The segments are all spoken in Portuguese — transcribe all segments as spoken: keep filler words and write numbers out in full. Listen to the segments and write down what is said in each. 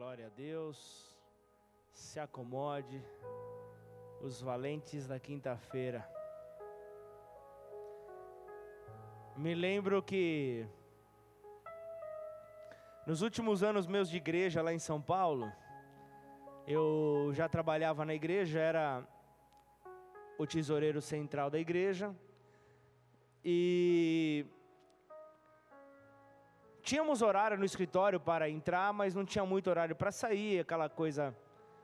Glória a Deus. Se acomode, os valentes da quinta-feira. Me lembro que nos últimos anos meus de igreja lá em São Paulo, eu já trabalhava na igreja, era o tesoureiro central da igreja, e tínhamos horário no escritório para entrar, mas não tinha muito horário para sair, aquela coisa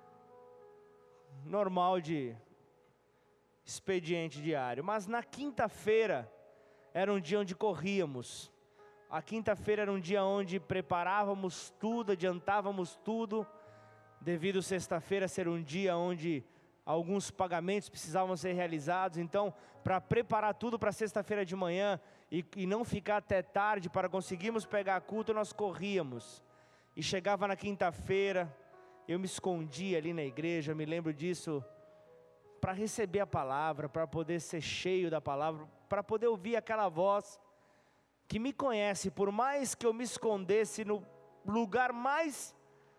normal de expediente diário. Mas na quinta-feira era um dia onde corríamos. A quinta-feira era um dia onde preparávamos tudo, adiantávamos tudo, devido sexta-feira ser um dia onde alguns pagamentos precisavam ser realizados. Então, para preparar tudo para sexta-feira de manhã e, e não ficar até tarde para conseguirmos pegar culto, nós corríamos. E chegava na quinta-feira, eu me escondia ali na igreja, me lembro disso, para receber a palavra, para poder ser cheio da palavra, para poder ouvir aquela voz que me conhece. Por mais que eu me escondesse no lugar mais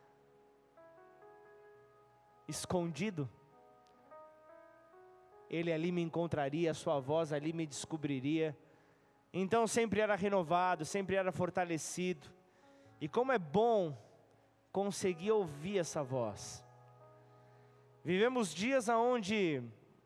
escondido, Ele ali me encontraria, a sua voz ali me descobriria. Então sempre era renovado, sempre era fortalecido. E como é bom conseguir ouvir essa voz. Vivemos dias onde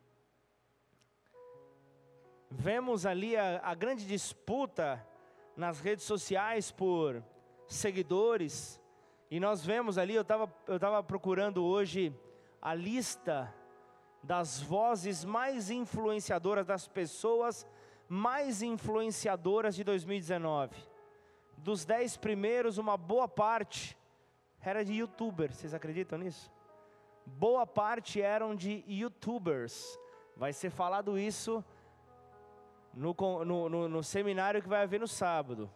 vemos ali a, a grande disputa nas redes sociais por seguidores. E nós vemos ali, eu estava eu estava procurando hoje a lista das vozes mais influenciadoras, das pessoas mais influenciadoras de dois mil e dezenove. Dos dez primeiros, uma boa parte era de youtubers. Vocês acreditam nisso? Boa parte eram de youtubers. Vai ser falado isso no, no, no, no seminário que vai haver no sábado.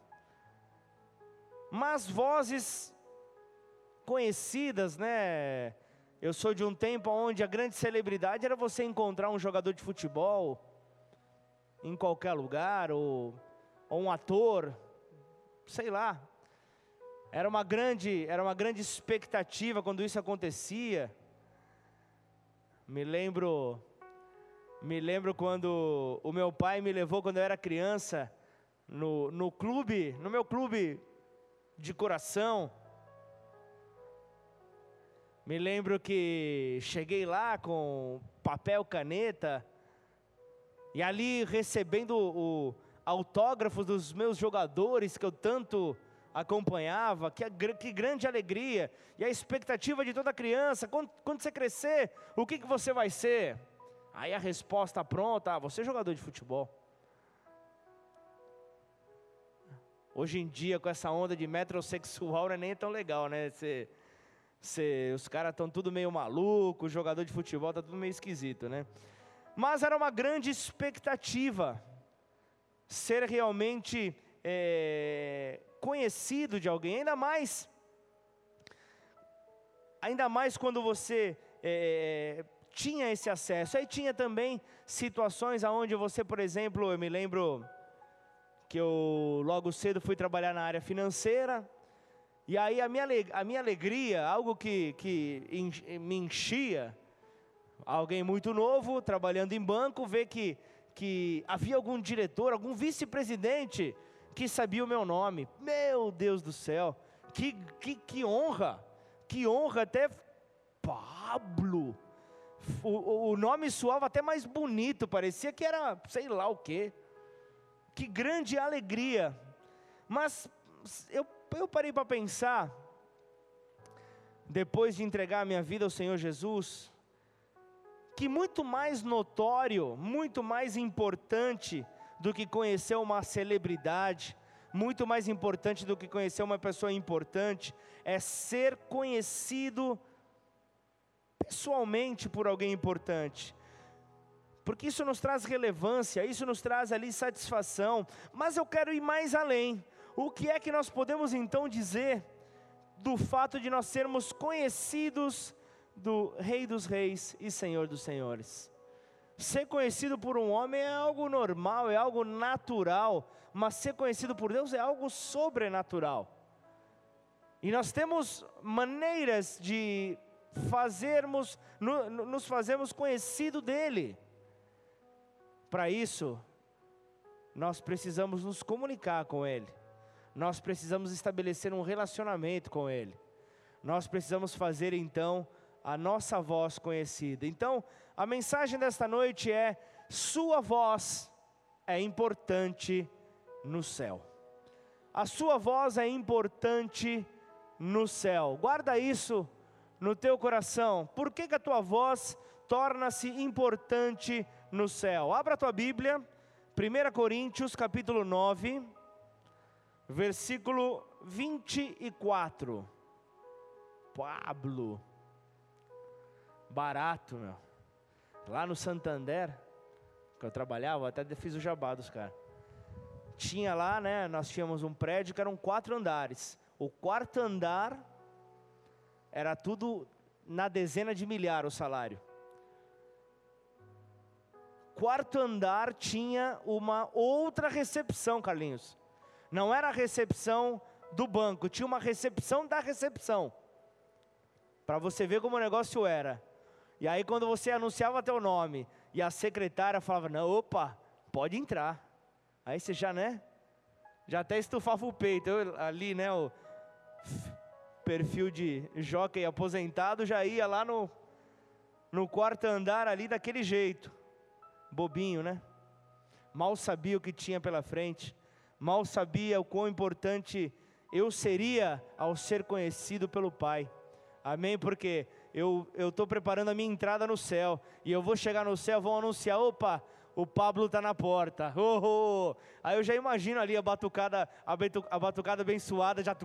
Mas vozes conhecidas, né? Eu sou de um tempo onde a grande celebridade era você encontrar um jogador de futebol em qualquer lugar, ou, ou um ator, sei lá. Era uma grande, era uma grande expectativa quando isso acontecia. Me lembro, me lembro quando o meu pai me levou quando eu era criança no, no clube, no meu clube de coração. Me lembro que cheguei lá com papel, caneta, e ali recebendo o autógrafos dos meus jogadores que eu tanto acompanhava. Que, que grande alegria, e a expectativa de toda criança: quando, quando você crescer, o que, que você vai ser? Aí a resposta pronta: ah, você é jogador de futebol. Hoje em dia, com essa onda de metrosexual, não é nem tão legal, né? Você... Cê, os caras estão tudo meio maluco, o jogador de futebol está tudo meio esquisito, né? Mas era uma grande expectativa ser realmente é, conhecido de alguém, ainda mais, ainda mais quando você é, tinha esse acesso. Aí tinha também situações onde você, por exemplo, eu me lembro que eu logo cedo fui trabalhar na área financeira. E aí a minha, a minha alegria, algo que, que me enchia, alguém muito novo, trabalhando em banco, ver que, que havia algum diretor, algum vice-presidente que sabia o meu nome. Meu Deus do céu, que, que, que honra, que honra, até Pablo. O, o nome soava até mais bonito, parecia que era sei lá o quê. Que grande alegria. Mas eu Eu parei para pensar, depois de entregar a minha vida ao Senhor Jesus, que muito mais notório, muito mais importante do que conhecer uma celebridade, muito mais importante do que conhecer uma pessoa importante, é ser conhecido pessoalmente por alguém importante. Porque isso nos traz relevância, isso nos traz ali satisfação. Mas eu quero ir mais além. O que é que nós podemos então dizer do fato de nós sermos conhecidos do Rei dos Reis e Senhor dos Senhores? Ser conhecido por um homem é algo normal, é algo natural, mas ser conhecido por Deus é algo sobrenatural. E nós temos maneiras de fazermos, no, nos fazermos conhecido dele. Para isso, nós precisamos nos comunicar com ele. Nós precisamos estabelecer um relacionamento com ele. Nós precisamos fazer então a nossa voz conhecida. Então, a mensagem desta noite é: sua voz é importante no céu. A sua voz é importante no céu. Guarda isso no teu coração. Por que que a tua voz torna-se importante no céu? Abra a tua Bíblia, primeira Coríntios capítulo nove, versículo vinte e quatro. Pablo, barato, meu. Lá no Santander, que eu trabalhava, até fiz o jabá dos caras. Tinha lá, né, nós tínhamos um prédio que eram quatro andares. O quarto andar era tudo na dezena de milhar o salário. Quarto andar tinha uma outra recepção, Carlinhos. Não era a recepção do banco, tinha uma recepção da recepção. Para você ver como o negócio era. E aí quando você anunciava teu nome e a secretária falava: não, opa, pode entrar. Aí você já, né, já até estufava o peito. Eu, ali, né, o perfil de jockey aposentado já ia lá no, no quarto andar ali daquele jeito. Bobinho, né? Mal sabia o que tinha pela frente. Mal sabia o quão importante eu seria ao ser conhecido pelo Pai. Amém? Porque eu estou preparando a minha entrada no céu. E eu vou chegar no céu, vão anunciar: opa, o Pablo está na porta. Oh, oh. Aí eu já imagino ali a batucada, a, betu, a batucada abençoada, já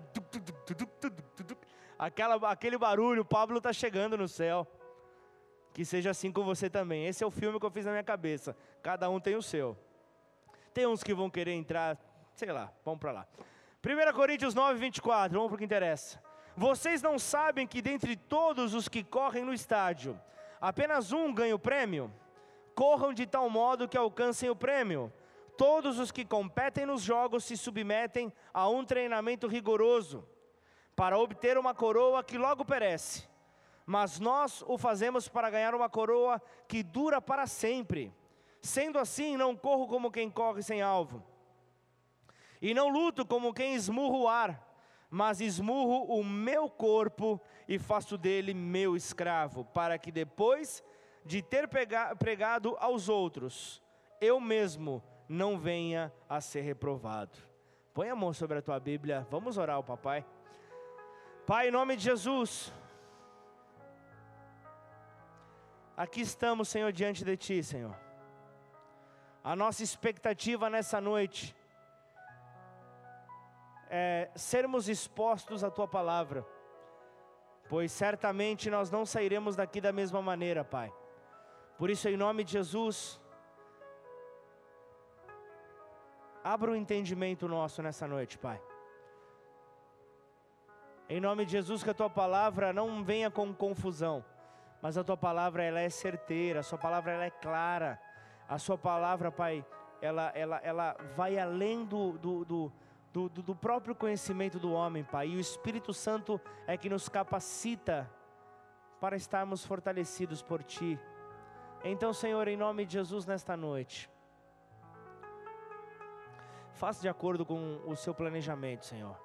aquela, aquele barulho, o Pablo está chegando no céu. Que seja assim com você também. Esse é o filme que eu fiz na minha cabeça. Cada um tem o seu. Tem uns que vão querer entrar, sei lá, vamos para lá. primeira Coríntios nove, vinte e quatro, vamos para o que interessa. Vocês não sabem que dentre todos os que correm no estádio, apenas um ganha o prêmio? Corram de tal modo que alcancem o prêmio. Todos os que competem nos jogos se submetem a um treinamento rigoroso, para obter uma coroa que logo perece. Mas nós o fazemos para ganhar uma coroa que dura para sempre. Sendo assim, não corro como quem corre sem alvo, e não luto como quem esmurra o ar, mas esmurro o meu corpo e faço dele meu escravo, para que depois de ter pregado aos outros, eu mesmo não venha a ser reprovado. Põe a mão sobre a tua Bíblia, vamos orar ao papai. Pai, em nome de Jesus, aqui estamos, Senhor, diante de Ti, Senhor. A nossa expectativa nessa noite é sermos expostos à Tua Palavra, pois certamente nós não sairemos daqui da mesma maneira, Pai. Por isso, em nome de Jesus, abra o entendimento nosso nessa noite, Pai. Em nome de Jesus, que a Tua Palavra não venha com confusão, mas a Tua Palavra, ela é certeira, a Sua Palavra, ela é clara. A Sua Palavra, Pai, ela, ela, ela vai além do, do, do, do, do próprio conhecimento do homem, Pai. E o Espírito Santo é que nos capacita para estarmos fortalecidos por Ti. Então, Senhor, em nome de Jesus, nesta noite, faça de acordo com o Seu planejamento, Senhor.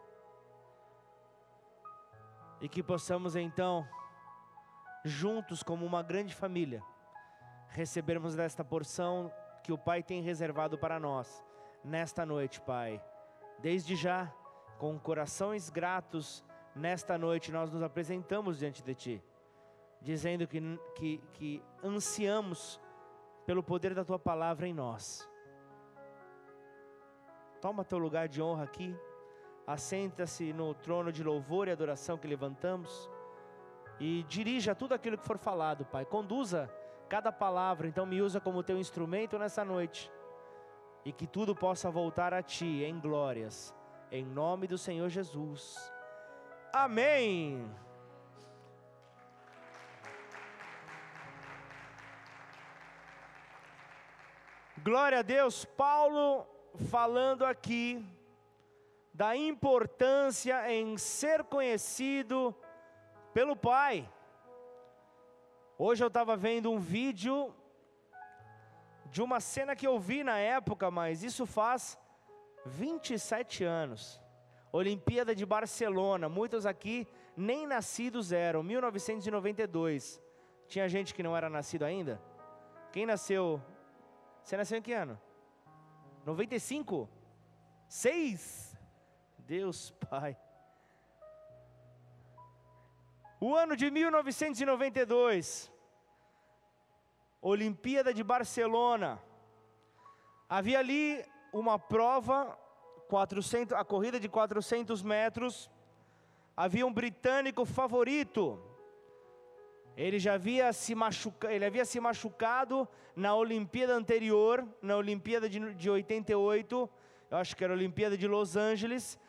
E que possamos então, juntos como uma grande família, recebermos desta porção que o Pai tem reservado para nós, nesta noite, Pai. Desde já, com corações gratos, nesta noite nós nos apresentamos diante de Ti, dizendo que, que, que ansiamos pelo poder da Tua Palavra em nós. Toma teu lugar de honra aqui, assenta-se no trono de louvor e adoração que levantamos, e dirija tudo aquilo que for falado, Pai. Conduza cada palavra, então me usa como teu instrumento nessa noite, e que tudo possa voltar a Ti em glórias, em nome do Senhor Jesus. Amém. Glória a Deus. Paulo falando aqui da importância em ser conhecido pelo Pai. Hoje eu estava vendo um vídeo de uma cena que eu vi na época, mas isso faz vinte e sete anos. Olimpíada de Barcelona, muitos aqui nem nascidos eram, mil novecentos e noventa e dois. Tinha gente que não era nascido ainda? Quem nasceu? Você nasceu em que ano? noventa e cinco? seis? Deus Pai. O ano de mil novecentos e noventa e dois, Olimpíada de Barcelona. Havia ali uma prova, quatrocentos, a corrida de quatrocentos metros. Havia um britânico favorito. Ele já havia se machucado, ele havia se machucado na Olimpíada anterior, na Olimpíada de, de oitenta e oito, eu acho que era a Olimpíada de Los Angeles,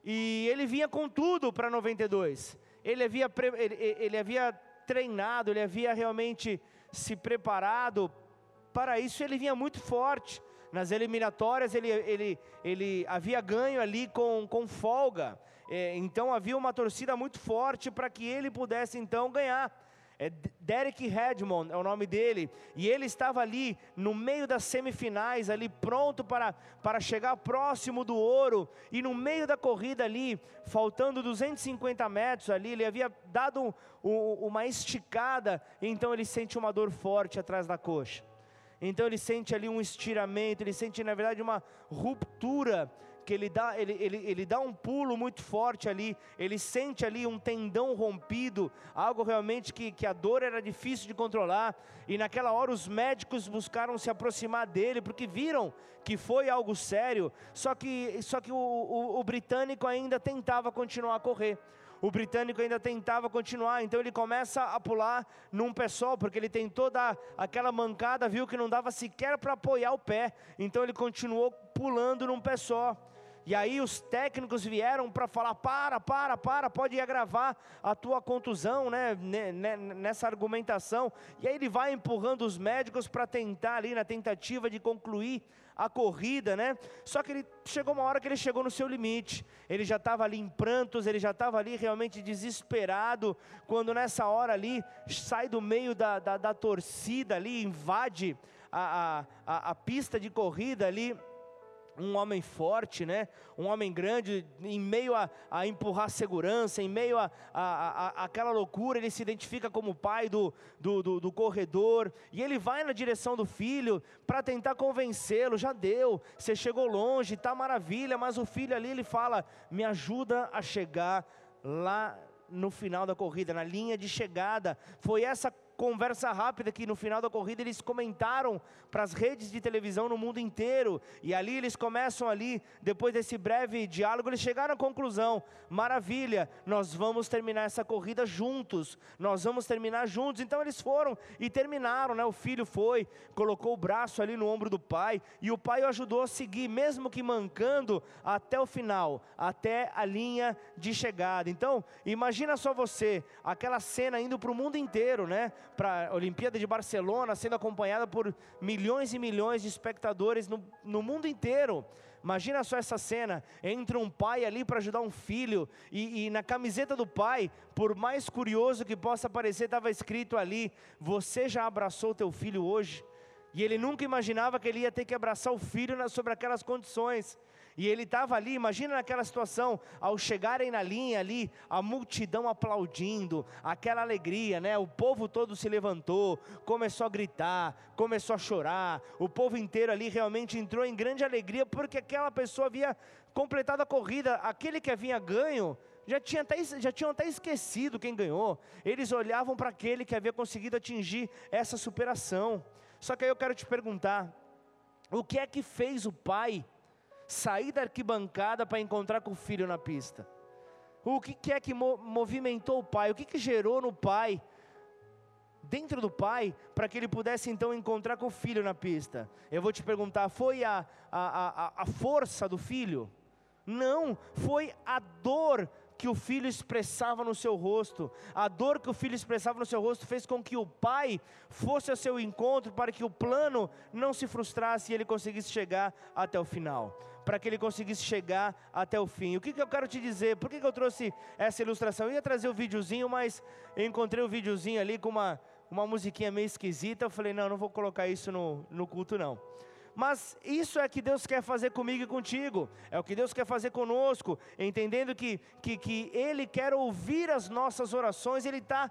e ele vinha com tudo para noventa e dois. Ele havia, ele, ele havia treinado, ele havia realmente se preparado para isso, ele vinha muito forte. Nas eliminatórias ele, ele, ele havia ganho ali com, com folga, é, então havia uma torcida muito forte para que ele pudesse então ganhar. É Derek Redmond é o nome dele, e ele estava ali no meio das semifinais, ali pronto para, para chegar próximo do ouro, e no meio da corrida ali, faltando duzentos e cinquenta metros ali, ele havia dado um, um, uma esticada, então ele sente uma dor forte atrás da coxa, então ele sente ali um estiramento, ele sente na verdade uma ruptura, que ele dá, ele, ele, ele dá um pulo muito forte ali, ele sente ali um tendão rompido, algo realmente que, que a dor era difícil de controlar, e naquela hora os médicos buscaram se aproximar dele, porque viram que foi algo sério, só que, só que o, o, o britânico ainda tentava continuar a correr, o britânico ainda tentava continuar, então ele começa a pular num pé só, porque ele tentou dar aquela mancada, viu que não dava sequer para apoiar o pé, então ele continuou pulando num pé só. E aí os técnicos vieram para falar, para, para, para, pode agravar a tua contusão, né, nessa argumentação. E aí ele vai empurrando os médicos para tentar ali, na tentativa de concluir a corrida, né? Só que ele chegou uma hora que ele chegou no seu limite, ele já estava ali em prantos, ele já estava ali realmente desesperado, quando nessa hora ali, sai do meio da, da, da torcida ali, invade a, a, a, a pista de corrida ali, um homem forte, né? Um homem grande, em meio a, a empurrar segurança, em meio a, a, a, a aquela loucura, ele se identifica como o pai do, do, do, do corredor, e ele vai na direção do filho, para tentar convencê-lo, já deu, você chegou longe, está maravilha, mas o filho ali, ele fala, me ajuda a chegar lá no final da corrida, na linha de chegada. Foi essa conversa rápida que no final da corrida eles comentaram para as redes de televisão no mundo inteiro, e ali eles começam ali, depois desse breve diálogo, eles chegaram à conclusão, maravilha, nós vamos terminar essa corrida juntos, nós vamos terminar juntos. Então eles foram e terminaram, né? O filho foi, colocou o braço ali no ombro do pai, e o pai o ajudou a seguir, mesmo que mancando, até o final, até a linha de chegada. Então, imagina só você, aquela cena indo para o mundo inteiro, né? Para a Olimpíada de Barcelona, sendo acompanhada por milhões e milhões de espectadores no, no mundo inteiro. Imagina só essa cena, entra um pai ali para ajudar um filho, e, e na camiseta do pai, por mais curioso que possa parecer, estava escrito ali, você já abraçou teu filho hoje? E ele nunca imaginava que ele ia ter que abraçar o filho na, sobre aquelas condições. E ele estava ali, imagina naquela situação, ao chegarem na linha ali, a multidão aplaudindo, aquela alegria, né? O povo todo se levantou, começou a gritar, começou a chorar, o povo inteiro ali realmente entrou em grande alegria, porque aquela pessoa havia completado a corrida, aquele que havia ganho, já, tinha até, já tinham até esquecido quem ganhou, eles olhavam para aquele que havia conseguido atingir essa superação. Só que aí eu quero te perguntar, o que é que fez o pai sair da arquibancada para encontrar com o filho na pista? O que, que é que mo movimentou o pai? O que, que gerou no pai, dentro do pai, para que ele pudesse então encontrar com o filho na pista? Eu vou te perguntar, foi a, a, a, a força do filho? Não, foi a dor que o filho expressava no seu rosto. A dor que o filho expressava no seu rosto fez com que o pai fosse ao seu encontro, para que o plano não se frustrasse e ele conseguisse chegar até o final. para que ele conseguisse chegar até o fim. O que, que eu quero te dizer? Por que, que eu trouxe essa ilustração? Eu ia trazer o videozinho, mas eu encontrei o videozinho ali com uma, uma musiquinha meio esquisita. Eu falei, não, não vou colocar isso no, no culto não. Mas isso é o que Deus quer fazer comigo e contigo, é o que Deus quer fazer conosco, entendendo que, que, que Ele quer ouvir as nossas orações, Ele está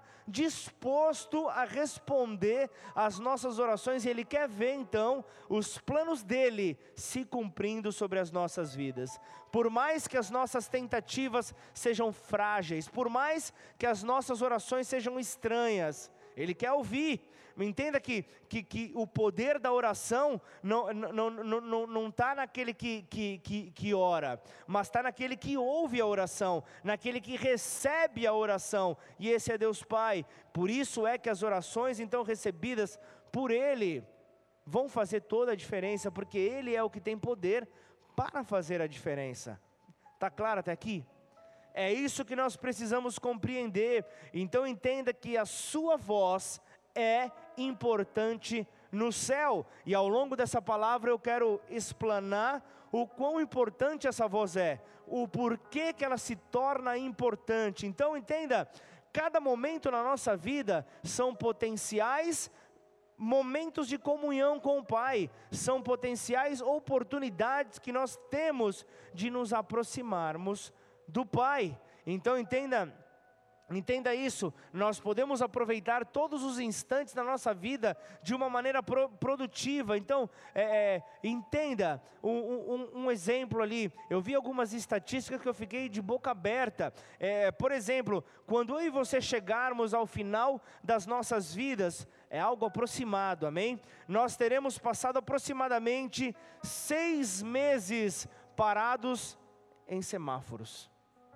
disposto a responder às nossas orações, e Ele quer ver então os planos dEle se cumprindo sobre as nossas vidas. Por mais que as nossas tentativas sejam frágeis, por mais que as nossas orações sejam estranhas, Ele quer ouvir. Entenda que, que, que o poder da oração não está não, não, não, não tá naquele que, que, que, que ora, mas está naquele que ouve a oração, naquele que recebe a oração, e esse é Deus Pai. Por isso é que as orações então recebidas por Ele vão fazer toda a diferença, porque Ele é o que tem poder para fazer a diferença. Está claro até aqui? É isso que nós precisamos compreender. Então entenda que a sua voz é importante no céu, e ao longo dessa palavra eu quero explanar o quão importante essa voz é, o porquê que ela se torna importante. Então entenda, cada momento na nossa vida são potenciais momentos de comunhão com o Pai, são potenciais oportunidades que nós temos de nos aproximarmos do Pai. Então entenda, Entenda isso, nós podemos aproveitar todos os instantes da nossa vida de uma maneira pro, produtiva. Então, é, é, entenda, um, um, um exemplo ali, eu vi algumas estatísticas que eu fiquei de boca aberta. É, por exemplo, quando eu e você chegarmos ao final das nossas vidas, é algo aproximado, amém? Nós teremos passado aproximadamente seis meses parados em semáforos.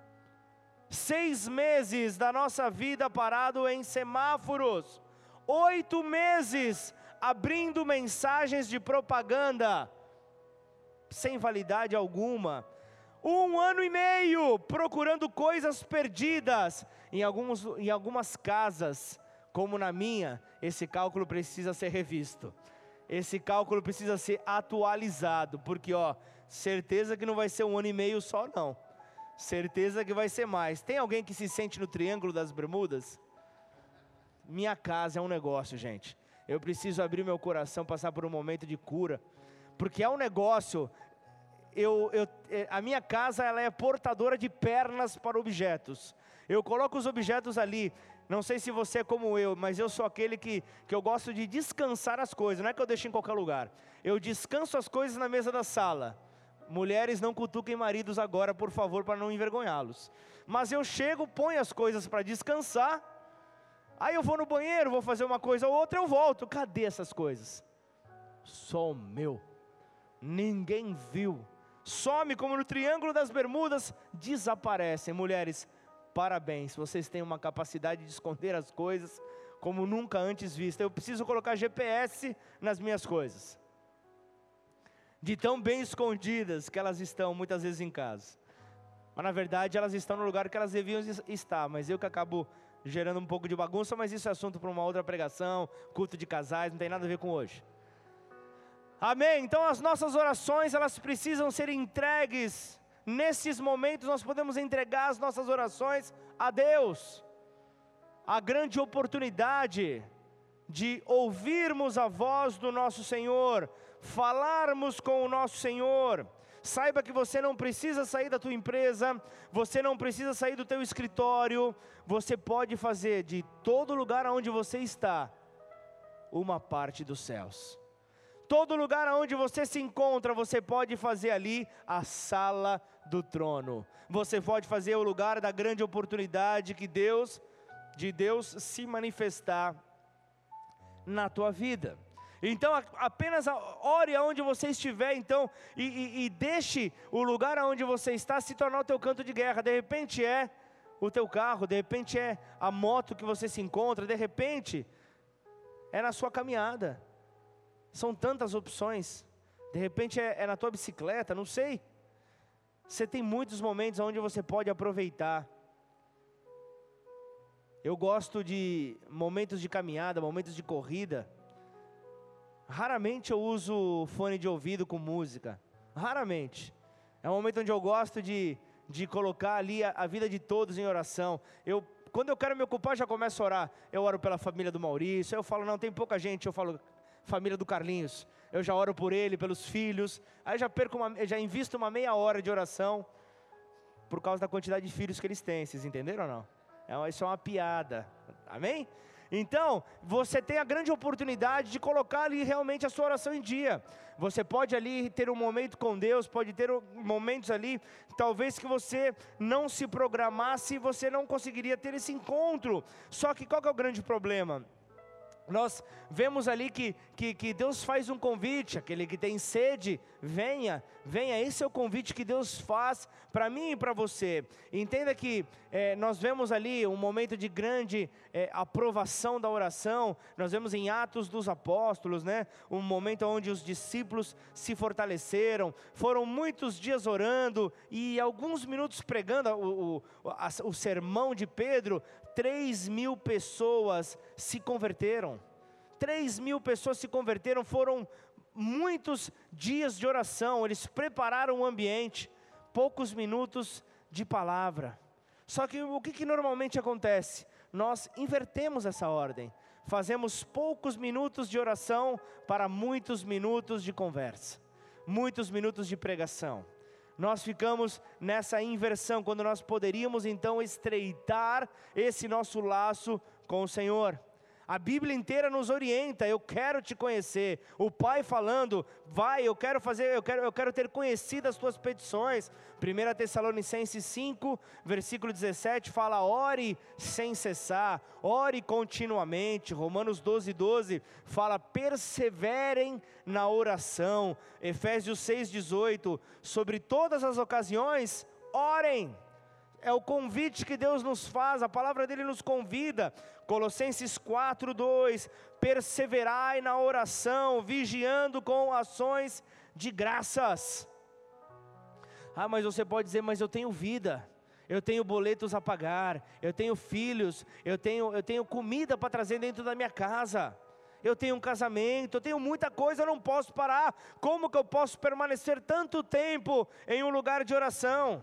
Seis meses da nossa vida parado em semáforos, oito meses abrindo mensagens de propaganda, sem validade alguma, um ano e meio procurando coisas perdidas, em, alguns, em algumas casas, como na minha, esse cálculo precisa ser revisto, esse cálculo precisa ser atualizado, porque ó, certeza que não vai ser um ano e meio só não, certeza que vai ser mais. Tem alguém que se sente no Triângulo das Bermudas? Minha casa é um negócio, gente. Eu preciso abrir meu coração, passar por um momento de cura, porque é um negócio. Eu, eu, a minha casa ela é portadora de pernas para objetos. Eu coloco os objetos ali. Não sei se você é como eu, mas eu sou aquele que, que eu gosto de descansar as coisas. Não é que eu deixo em qualquer lugar. Eu descanso as coisas na mesa da sala. Mulheres, não cutuquem maridos agora, por favor, para não envergonhá-los. Mas eu chego, ponho as coisas para descansar, aí eu vou no banheiro, vou fazer uma coisa ou outra, eu volto. Cadê essas coisas? Só o meu. Ninguém viu. Some como no Triângulo das Bermudas, desaparecem. Mulheres, parabéns, vocês têm uma capacidade de esconder as coisas como nunca antes vista. Eu preciso colocar G P S nas minhas coisas, de tão bem escondidas que elas estão muitas vezes em casa. Mas na verdade elas estão no lugar que elas deviam estar, mas eu que acabo gerando um pouco de bagunça, mas isso é assunto para uma outra pregação, culto de casais, não tem nada a ver com hoje. Amém? Então as nossas orações, elas precisam ser entregues. Nesses momentos nós podemos entregar as nossas orações a Deus. A grande oportunidade de ouvirmos a voz do nosso Senhor, falarmos com o nosso Senhor. Saiba que você não precisa sair da tua empresa, você não precisa sair do teu escritório, você pode fazer de todo lugar onde você está, uma parte dos céus. Todo lugar onde você se encontra, você pode fazer ali a sala do trono. Você pode fazer o lugar da grande oportunidade que Deus, de Deus se manifestar na tua vida. Então apenas ore aonde você estiver, então, e, e, e deixe o lugar aonde você está se tornar o teu canto de guerra. De repente é o teu carro, de repente é a moto que você se encontra, de repente é na sua caminhada. São tantas opções. De repente é, é na tua bicicleta, não sei. Você tem muitos momentos onde você pode aproveitar. Eu gosto de momentos de caminhada, momentos de corrida. Raramente eu uso fone de ouvido com música, raramente. É um momento onde eu gosto de, de colocar ali a, a vida de todos em oração. Eu, quando eu quero me ocupar, já começo a orar. Eu oro pela família do Maurício, eu falo, não, tem pouca gente, eu falo, família do Carlinhos. Eu já oro por ele, pelos filhos, aí já perco uma, já invisto uma meia hora de oração, por causa da quantidade de filhos que eles têm, vocês entenderam ou não? É uma, isso é uma piada, amém? Então, você tem a grande oportunidade de colocar ali realmente a sua oração em dia. Você pode ali ter um momento com Deus, pode ter momentos ali, talvez que você não se programasse, você não conseguiria ter esse encontro. Só que qual que é o grande problema? Nós vemos ali que, que, que Deus faz um convite, aquele que tem sede, venha, venha, esse é o convite que Deus faz para mim e para você. Entenda que é, nós vemos ali um momento de grande é, aprovação da oração, nós vemos em Atos dos Apóstolos, né, um momento onde os discípulos se fortaleceram, foram muitos dias orando e alguns minutos pregando o, o, a, o sermão de Pedro, três mil pessoas se converteram, três mil pessoas se converteram, foram muitos dias de oração, eles prepararam o ambiente, poucos minutos de palavra. Só que o que, que normalmente acontece? Nós invertemos essa ordem, fazemos poucos minutos de oração para muitos minutos de conversa, muitos minutos de pregação. Nós ficamos nessa inversão, quando nós poderíamos então estreitar esse nosso laço com o Senhor. A Bíblia inteira nos orienta, eu quero te conhecer. O Pai falando, vai, eu quero fazer, eu quero, eu quero ter conhecido as tuas petições. primeira Tessalonicenses cinco, versículo dezessete, fala, ore sem cessar, ore continuamente. Romanos doze, doze, fala, perseverem na oração. Efésios seis, dezoito, sobre todas as ocasiões, orem. É o convite que Deus nos faz, a palavra dele nos convida. Colossenses quatro, dois, perseverai na oração, vigiando com ações de graças. Ah, mas você pode dizer, mas eu tenho vida, eu tenho boletos a pagar, eu tenho filhos, eu tenho, eu tenho comida para trazer dentro da minha casa, eu tenho um casamento, eu tenho muita coisa, eu não posso parar. Como que eu posso permanecer tanto tempo em um lugar de oração?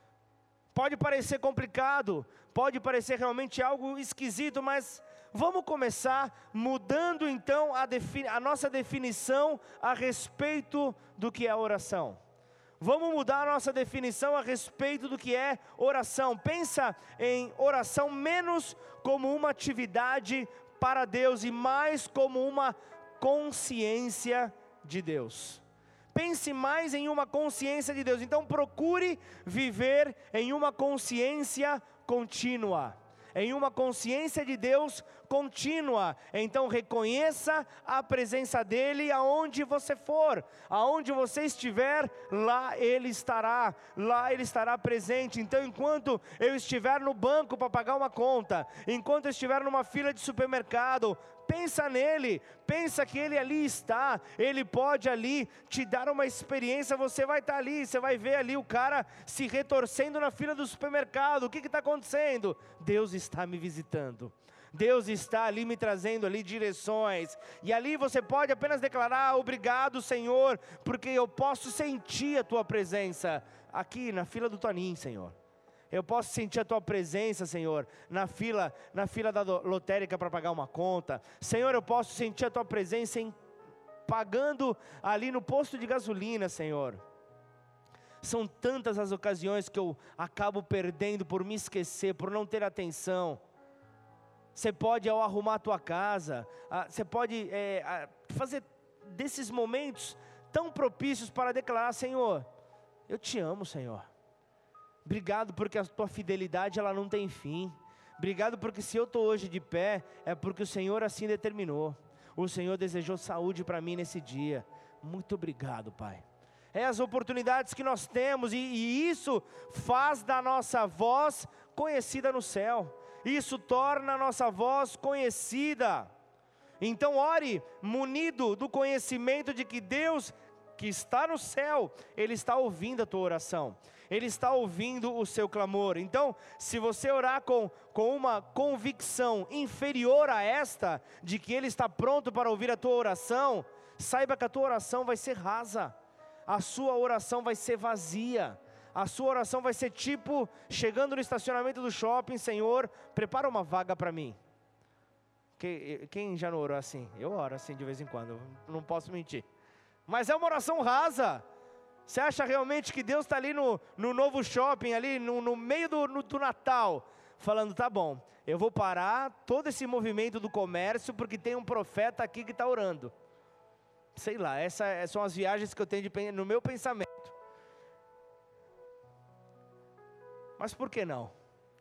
Pode parecer complicado, pode parecer realmente algo esquisito, mas vamos começar mudando então a, defini- a nossa definição a respeito do que é oração. Vamos mudar a nossa definição a respeito do que é oração. Pensa em oração menos como uma atividade para Deus e mais como uma consciência de Deus. Pense mais em uma consciência de Deus. Então procure viver em uma consciência contínua, em uma consciência de Deus contínua. Então reconheça a presença dEle aonde você for, aonde você estiver, lá Ele estará, lá Ele estará presente. Então enquanto eu estiver no banco para pagar uma conta, enquanto eu estiver numa fila de supermercado, pensa nele, pensa que Ele ali está, Ele pode ali te dar uma experiência, você vai estar ali, você vai ver ali o cara se retorcendo na fila do supermercado, o que está acontecendo? Deus está me visitando, Deus está ali me trazendo ali direções, e ali você pode apenas declarar, obrigado Senhor, porque eu posso sentir a Tua presença, aqui na fila do Toninho, Senhor. Eu posso sentir a Tua presença, Senhor, na fila, na fila da lotérica para pagar uma conta. Senhor, eu posso sentir a Tua presença em, pagando ali no posto de gasolina, Senhor. São tantas as ocasiões que eu acabo perdendo por me esquecer, por não ter atenção. Você pode, ao arrumar a tua casa, você pode é, fazer desses momentos tão propícios para declarar, Senhor, eu te amo, Senhor. Obrigado porque a tua fidelidade ela não tem fim. Obrigado porque se eu estou hoje de pé, é porque o Senhor assim determinou. O Senhor desejou saúde para mim nesse dia. Muito obrigado, Pai. É as oportunidades que nós temos e, e isso faz da nossa voz conhecida no céu. Isso torna a nossa voz conhecida. Então ore munido do conhecimento de que Deus que está no céu, Ele está ouvindo a tua oração. Ele está ouvindo o seu clamor. Então, se você orar com, com uma convicção inferior a esta, de que Ele está pronto para ouvir a tua oração, saiba que a tua oração vai ser rasa. a sua oração vai ser vazia. A sua oração vai ser tipo, chegando no estacionamento do shopping: Senhor, prepara uma vaga para mim. Quem já não orou assim? Eu oro assim de vez em quando, não posso mentir. Mas é uma oração rasa. Você acha realmente que Deus está ali no, no novo shopping, ali no, no meio do, no, do Natal, falando: tá bom, eu vou parar todo esse movimento do comércio, porque tem um profeta aqui que está orando. Sei lá, essas são as viagens que eu tenho de, no meu pensamento. Mas por que não?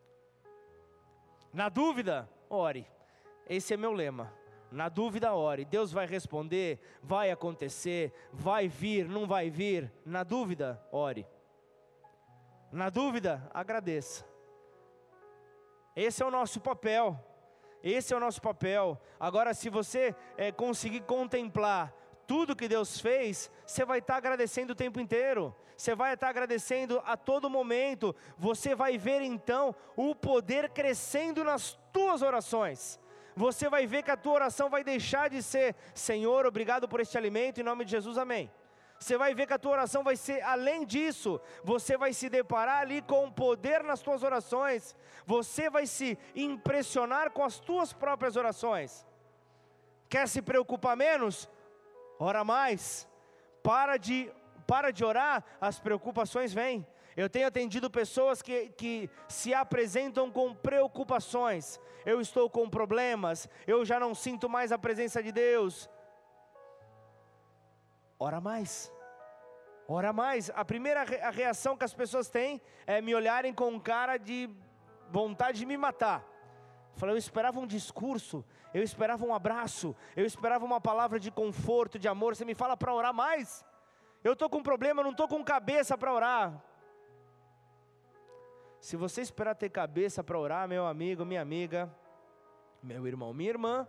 Na dúvida, ore. Esse é meu lema. Na dúvida, ore. Deus vai responder, vai acontecer, vai vir, não vai vir. Na dúvida, ore. Na dúvida, agradeça. Esse é o nosso papel. Esse é o nosso papel. Agora, se você é, conseguir contemplar tudo que Deus fez, você vai estar agradecendo o tempo inteiro. Você vai estar agradecendo a todo momento. Você vai ver então o poder crescendo nas tuas orações. Você vai ver que a tua oração vai deixar de ser: Senhor, obrigado por este alimento, em nome de Jesus, amém. Você vai ver que a tua oração vai ser além disso. Você vai se deparar ali com o poder nas tuas orações. Você vai se impressionar com as tuas próprias orações. Quer se preocupar menos? Ora mais. Para de, para de orar, as preocupações vêm. Eu tenho atendido pessoas que, que se apresentam com preocupações. Eu estou com problemas, eu já não sinto mais a presença de Deus. Ora mais, ora mais. A primeira re, a reação que as pessoas têm é me olharem com cara de vontade de me matar. Eu esperava um discurso, eu esperava um abraço, eu esperava uma palavra de conforto, de amor. Você me fala para orar mais? Eu estou com um problema, eu não estou com cabeça para orar. Se você esperar ter cabeça para orar, meu amigo, minha amiga, meu irmão, minha irmã,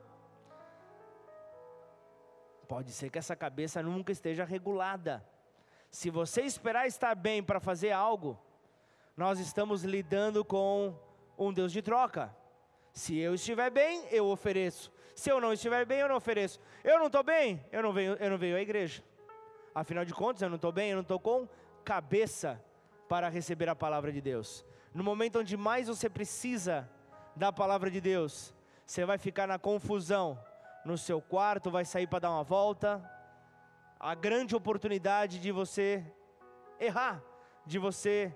pode ser que essa cabeça nunca esteja regulada. Se você esperar estar bem para fazer algo, nós estamos lidando com um Deus de troca. Se eu estiver bem, eu ofereço. Se eu não estiver bem, eu não ofereço. Eu não estou bem, eu não venho, eu não venho à igreja. Afinal de contas, eu não estou bem, eu não estou com cabeça para receber a palavra de Deus. No momento onde mais você precisa da palavra de Deus, você vai ficar na confusão, no seu quarto, vai sair para dar uma volta. A grande oportunidade de você errar, de você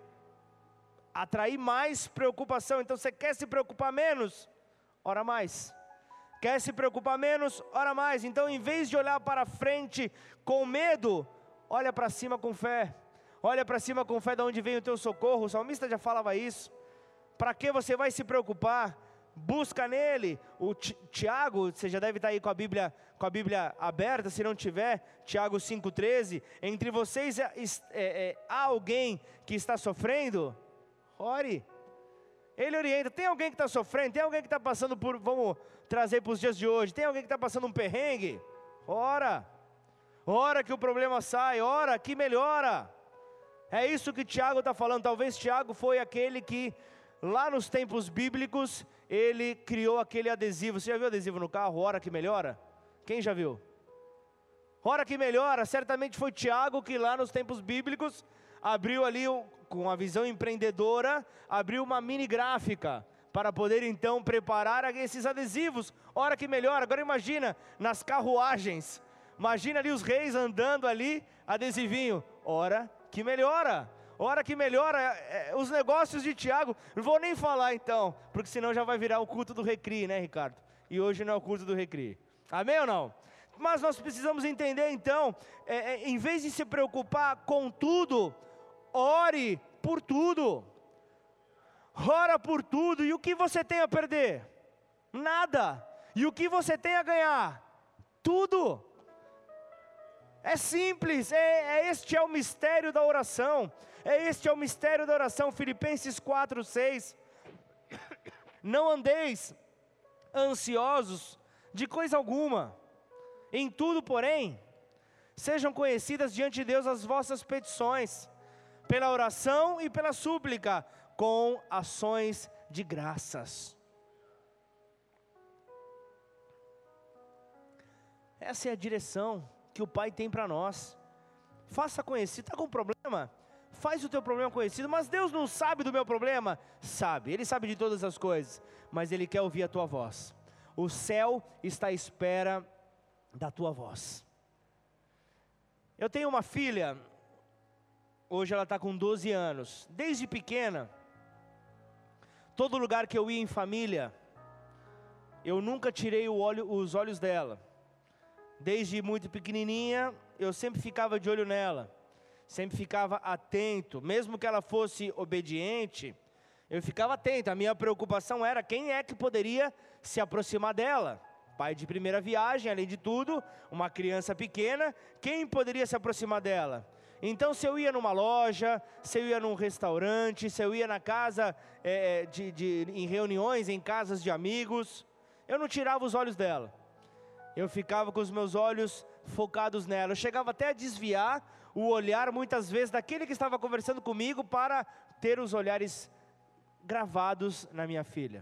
atrair mais preocupação. Então, você quer se preocupar menos? Ora mais. Quer se preocupar menos? Ora mais. Então, em vez de olhar para frente com medo, olha para cima com fé. Olha para cima com fé de onde vem o teu socorro. O salmista já falava isso. Para que você vai se preocupar? Busca nele. O Tiago, você já deve estar aí com a Bíblia, com a Bíblia aberta, se não tiver, Tiago cinco, treze. Entre vocês é, é, é, há alguém que está sofrendo? Ore. Ele orienta. Tem alguém que está sofrendo? Tem alguém que está passando por, vamos trazer para os dias de hoje, tem alguém que está passando um perrengue? Ora. Ora que o problema sai, ora que melhora. É isso que Tiago está falando. Talvez Tiago foi aquele que, lá nos tempos bíblicos, ele criou aquele adesivo. Você já viu adesivo no carro? Ora que melhora? Quem já viu? Ora que melhora. Certamente foi Tiago que, lá nos tempos bíblicos, abriu ali, com a visão empreendedora, abriu uma mini gráfica, para poder então preparar esses adesivos. Ora que melhora. Agora imagina, nas carruagens, imagina ali os reis andando ali, adesivinho, ora que melhora, ora que melhora. É, é, os negócios de Tiago, não vou nem falar então, porque senão já vai virar o culto do Recri, né, Ricardo? E hoje não é o culto do Recri, amém ou não? Mas nós precisamos entender então, é, é, em vez de se preocupar com tudo, ore por tudo, ora por tudo. E o que você tem a perder? Nada. E o que você tem a ganhar? Tudo. É simples, é, é, este é o mistério da oração, é este é o mistério da oração. Filipenses quatro, seis, não andeis ansiosos de coisa alguma, em tudo porém, sejam conhecidas diante de Deus as vossas petições, pela oração e pela súplica, com ações de graças. Essa é a direção que o Pai tem para nós. faça conhecido. Está com problema? Faz o teu problema conhecido. Mas Deus não sabe do meu problema? Sabe, Ele sabe de todas as coisas, mas Ele quer ouvir a tua voz. O céu está à espera da tua voz. Eu tenho uma filha, hoje ela está com doze anos. Desde pequena, todo lugar que eu ia em família, eu nunca tirei o olho, os olhos dela. Desde muito pequenininha, eu sempre ficava de olho nela, sempre ficava atento, mesmo que ela fosse obediente, eu ficava atento. A minha preocupação era quem é que poderia se aproximar dela. Pai de primeira viagem, além de tudo, uma criança pequena, quem poderia se aproximar dela? Então, se eu ia numa loja, se eu ia num restaurante, se eu ia na casa, é, de, de, em reuniões, em casas de amigos, eu não tirava os olhos dela. Eu ficava com os meus olhos focados nela. Eu chegava até a desviar o olhar, muitas vezes, daquele que estava conversando comigo, para ter os olhares gravados na minha filha,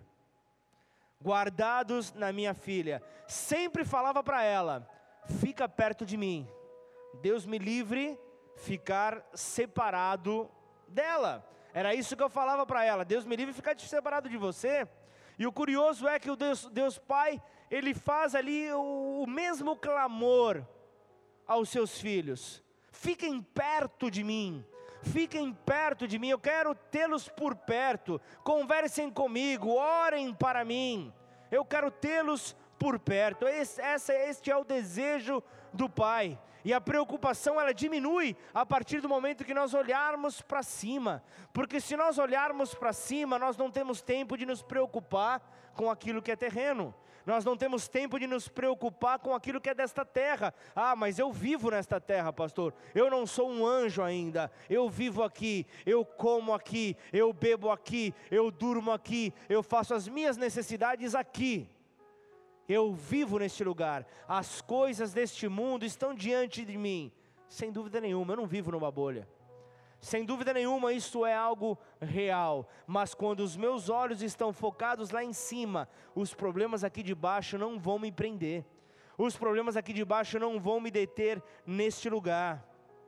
guardados na minha filha. Sempre falava para ela: fica perto de mim. Deus me livre ficar separado dela. Era isso que eu falava para ela: Deus me livre ficar separado de você. E o curioso é que o Deus, Deus Pai, Ele faz ali o, o mesmo clamor aos seus filhos: fiquem perto de mim, fiquem perto de mim, eu quero tê-los por perto, conversem comigo, orem para mim, eu quero tê-los por perto. Esse, essa, este é o desejo do Pai. E a preocupação, ela diminui a partir do momento que nós olharmos para cima, porque se nós olharmos para cima, nós não temos tempo de nos preocupar com aquilo que é terreno, nós não temos tempo de nos preocupar com aquilo que é desta terra. Ah, mas eu vivo nesta terra, pastor, eu não sou um anjo ainda, eu vivo aqui, eu como aqui, eu bebo aqui, eu durmo aqui, eu faço as minhas necessidades aqui. Eu vivo neste lugar, as coisas deste mundo estão diante de mim. Sem dúvida nenhuma, eu não vivo numa bolha. Sem dúvida nenhuma, isso é algo real. Mas quando os meus olhos estão focados lá em cima, os problemas aqui de baixo não vão me prender. Os problemas aqui de baixo não vão me deter neste lugar.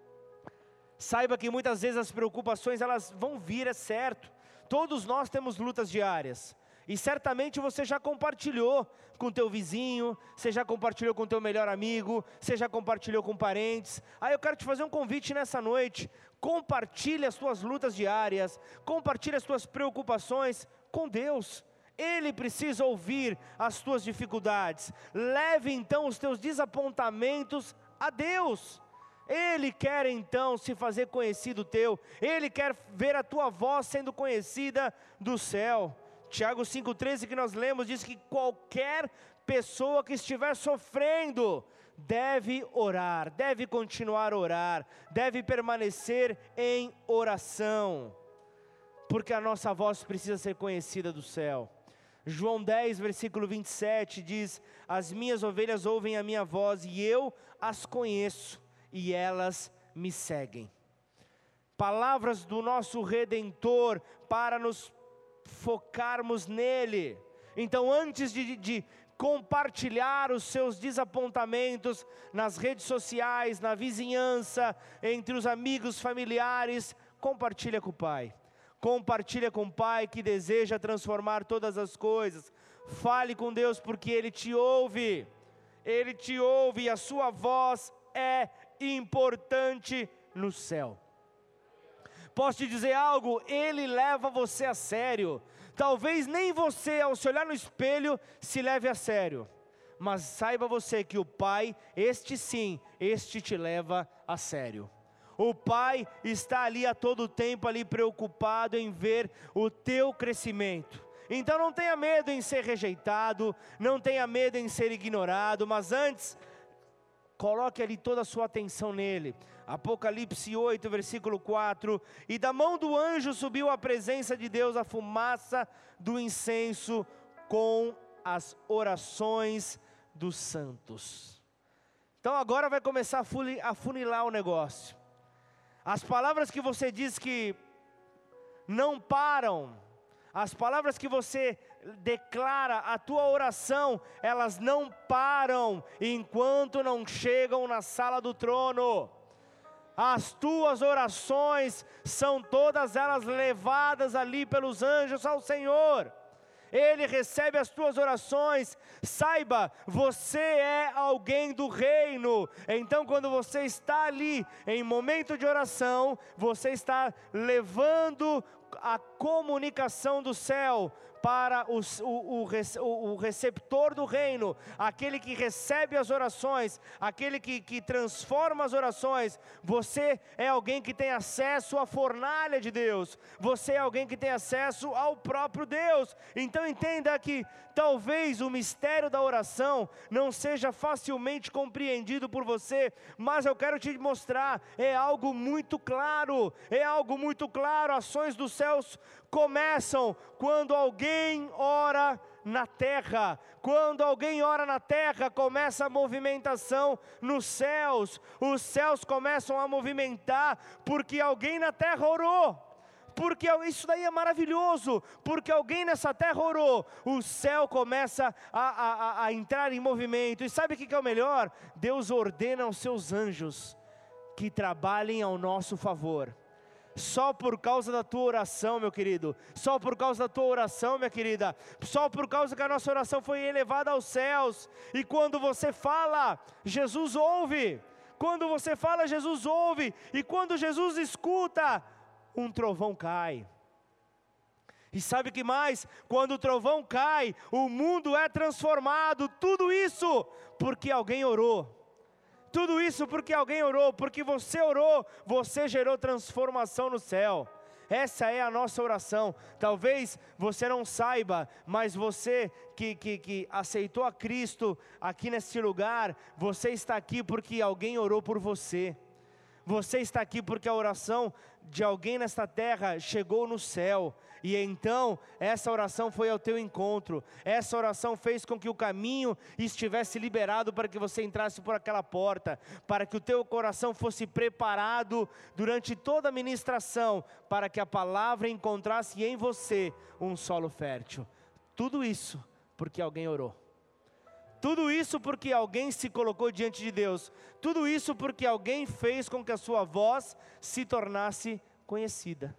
Saiba que muitas vezes as preocupações, elas vão vir, é certo. Todos nós temos lutas diárias. E certamente você já compartilhou com teu vizinho, você já compartilhou com teu melhor amigo, você já compartilhou com parentes. Aí eu quero te fazer um convite nessa noite: compartilhe as tuas lutas diárias, compartilhe as tuas preocupações com Deus. Ele precisa ouvir as tuas dificuldades. Leve então os teus desapontamentos a Deus. Ele quer então se fazer conhecido teu, Ele quer ver a tua voz sendo conhecida do céu. Tiago cinco, treze, que nós lemos, diz que qualquer pessoa que estiver sofrendo deve orar, deve continuar a orar, deve permanecer em oração, porque a nossa voz precisa ser conhecida do céu. João dez, versículo vinte e sete diz: as minhas ovelhas ouvem a minha voz e eu as conheço e elas me seguem. Palavras do nosso Redentor para nos focarmos nele. Então, antes de, de compartilhar os seus desapontamentos nas redes sociais, na vizinhança, entre os amigos, familiares, compartilha com o Pai. Compartilha com o Pai que deseja transformar todas as coisas. Fale com Deus, porque Ele te ouve. Ele te ouve e a sua voz é importante no céu. Posso te dizer algo? Ele leva você a sério. Talvez nem você, ao se olhar no espelho, se leve a sério. Mas saiba você que o Pai, este sim, este te leva a sério. O Pai está ali a todo tempo, ali preocupado em ver o teu crescimento. Então não tenha medo em ser rejeitado, não tenha medo em ser ignorado, mas antes, coloque ali toda a sua atenção nele. Apocalipse oito, versículo quatro: e da mão do anjo subiu à presença de Deus a fumaça do incenso com as orações dos santos. Então agora vai começar a funilar o negócio. As palavras que você diz que não param, as palavras que você declara, a tua oração, elas não param enquanto não chegam na sala do trono. As tuas orações são todas elas levadas ali pelos anjos ao Senhor. Ele recebe as tuas orações. Saiba, você é alguém do reino. Então quando você está ali em momento de oração, você está levando a comunicação do céu para o, o, o, o receptor do reino, aquele que recebe as orações, aquele que, que transforma as orações. Você é alguém que tem acesso à fornalha de Deus, você é alguém que tem acesso ao próprio Deus. Então entenda que talvez o mistério da oração não seja facilmente compreendido por você, mas eu quero te mostrar, é algo muito claro, é algo muito claro. Ações dos céus começam quando alguém ora na terra. Quando alguém ora na terra, começa a movimentação nos céus. Os céus começam a movimentar porque alguém na terra orou. Porque isso daí é maravilhoso, porque alguém nessa terra orou, o céu começa a, a, a entrar em movimento. E sabe o que é o melhor? Deus ordena aos seus anjos que trabalhem ao nosso favor. Só por causa da tua oração, meu querido, só por causa da tua oração, minha querida, só por causa que a nossa oração foi elevada aos céus. E quando você fala, Jesus ouve. Quando você fala, Jesus ouve. E quando Jesus escuta, um trovão cai. E sabe o que mais? Quando o trovão cai, o mundo é transformado. Tudo isso porque alguém orou. Tudo isso porque alguém orou, porque você orou, você gerou transformação no céu. Essa é a nossa oração. Talvez você não saiba, mas você que, que, que aceitou a Cristo aqui nesse lugar, você está aqui porque alguém orou por você. Você está aqui porque a oração de alguém nesta terra chegou no céu. E então, essa oração foi ao teu encontro. Essa oração fez com que o caminho estivesse liberado para que você entrasse por aquela porta. Para que o teu coração fosse preparado durante toda a ministração. Para que a palavra encontrasse em você um solo fértil. Tudo isso porque alguém orou. Tudo isso porque alguém se colocou diante de Deus. Tudo isso porque alguém fez com que a sua voz se tornasse conhecida.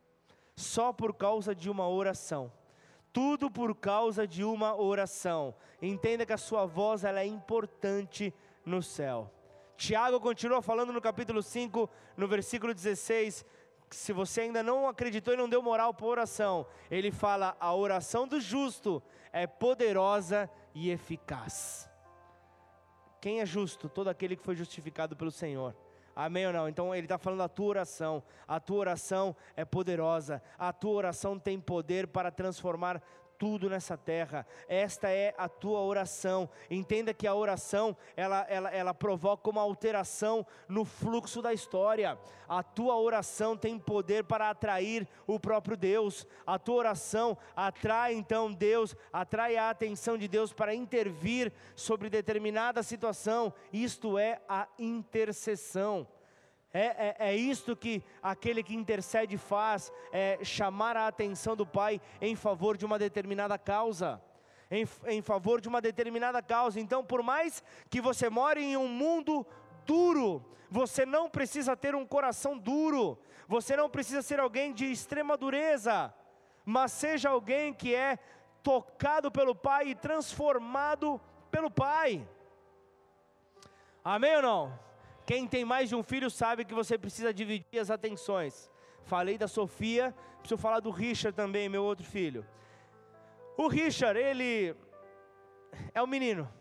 Só por causa de uma oração. Tudo por causa de uma oração. Entenda que a sua voz ela é importante no céu. Tiago continua falando no capítulo cinco, no versículo dezesseis. Se você ainda não acreditou e não deu moral para a oração, ele fala: a oração do justo é poderosa e eficaz. Quem é justo? Todo aquele que foi justificado pelo Senhor. Amém ou não? Então ele está falando da tua oração. A tua oração é poderosa. A tua oração tem poder para transformar tudo nessa terra. Esta é a tua oração. Entenda que a oração ela, ela, ela provoca uma alteração no fluxo da história. A tua oração tem poder para atrair o próprio Deus. A tua oração atrai então Deus, atrai a atenção de Deus para intervir sobre determinada situação. Isto é a intercessão. É, é, é isto que aquele que intercede faz, é chamar a atenção do Pai em favor de uma determinada causa, em, em favor de uma determinada causa. Então, por mais que você more em um mundo duro, você não precisa ter um coração duro, você não precisa ser alguém de extrema dureza, mas seja alguém que é tocado pelo Pai e transformado pelo Pai. Amém ou não? Quem tem mais de um filho sabe que você precisa dividir as atenções. Falei da Sofia, preciso falar do Richard também, meu outro filho. O Richard, ele é um menino.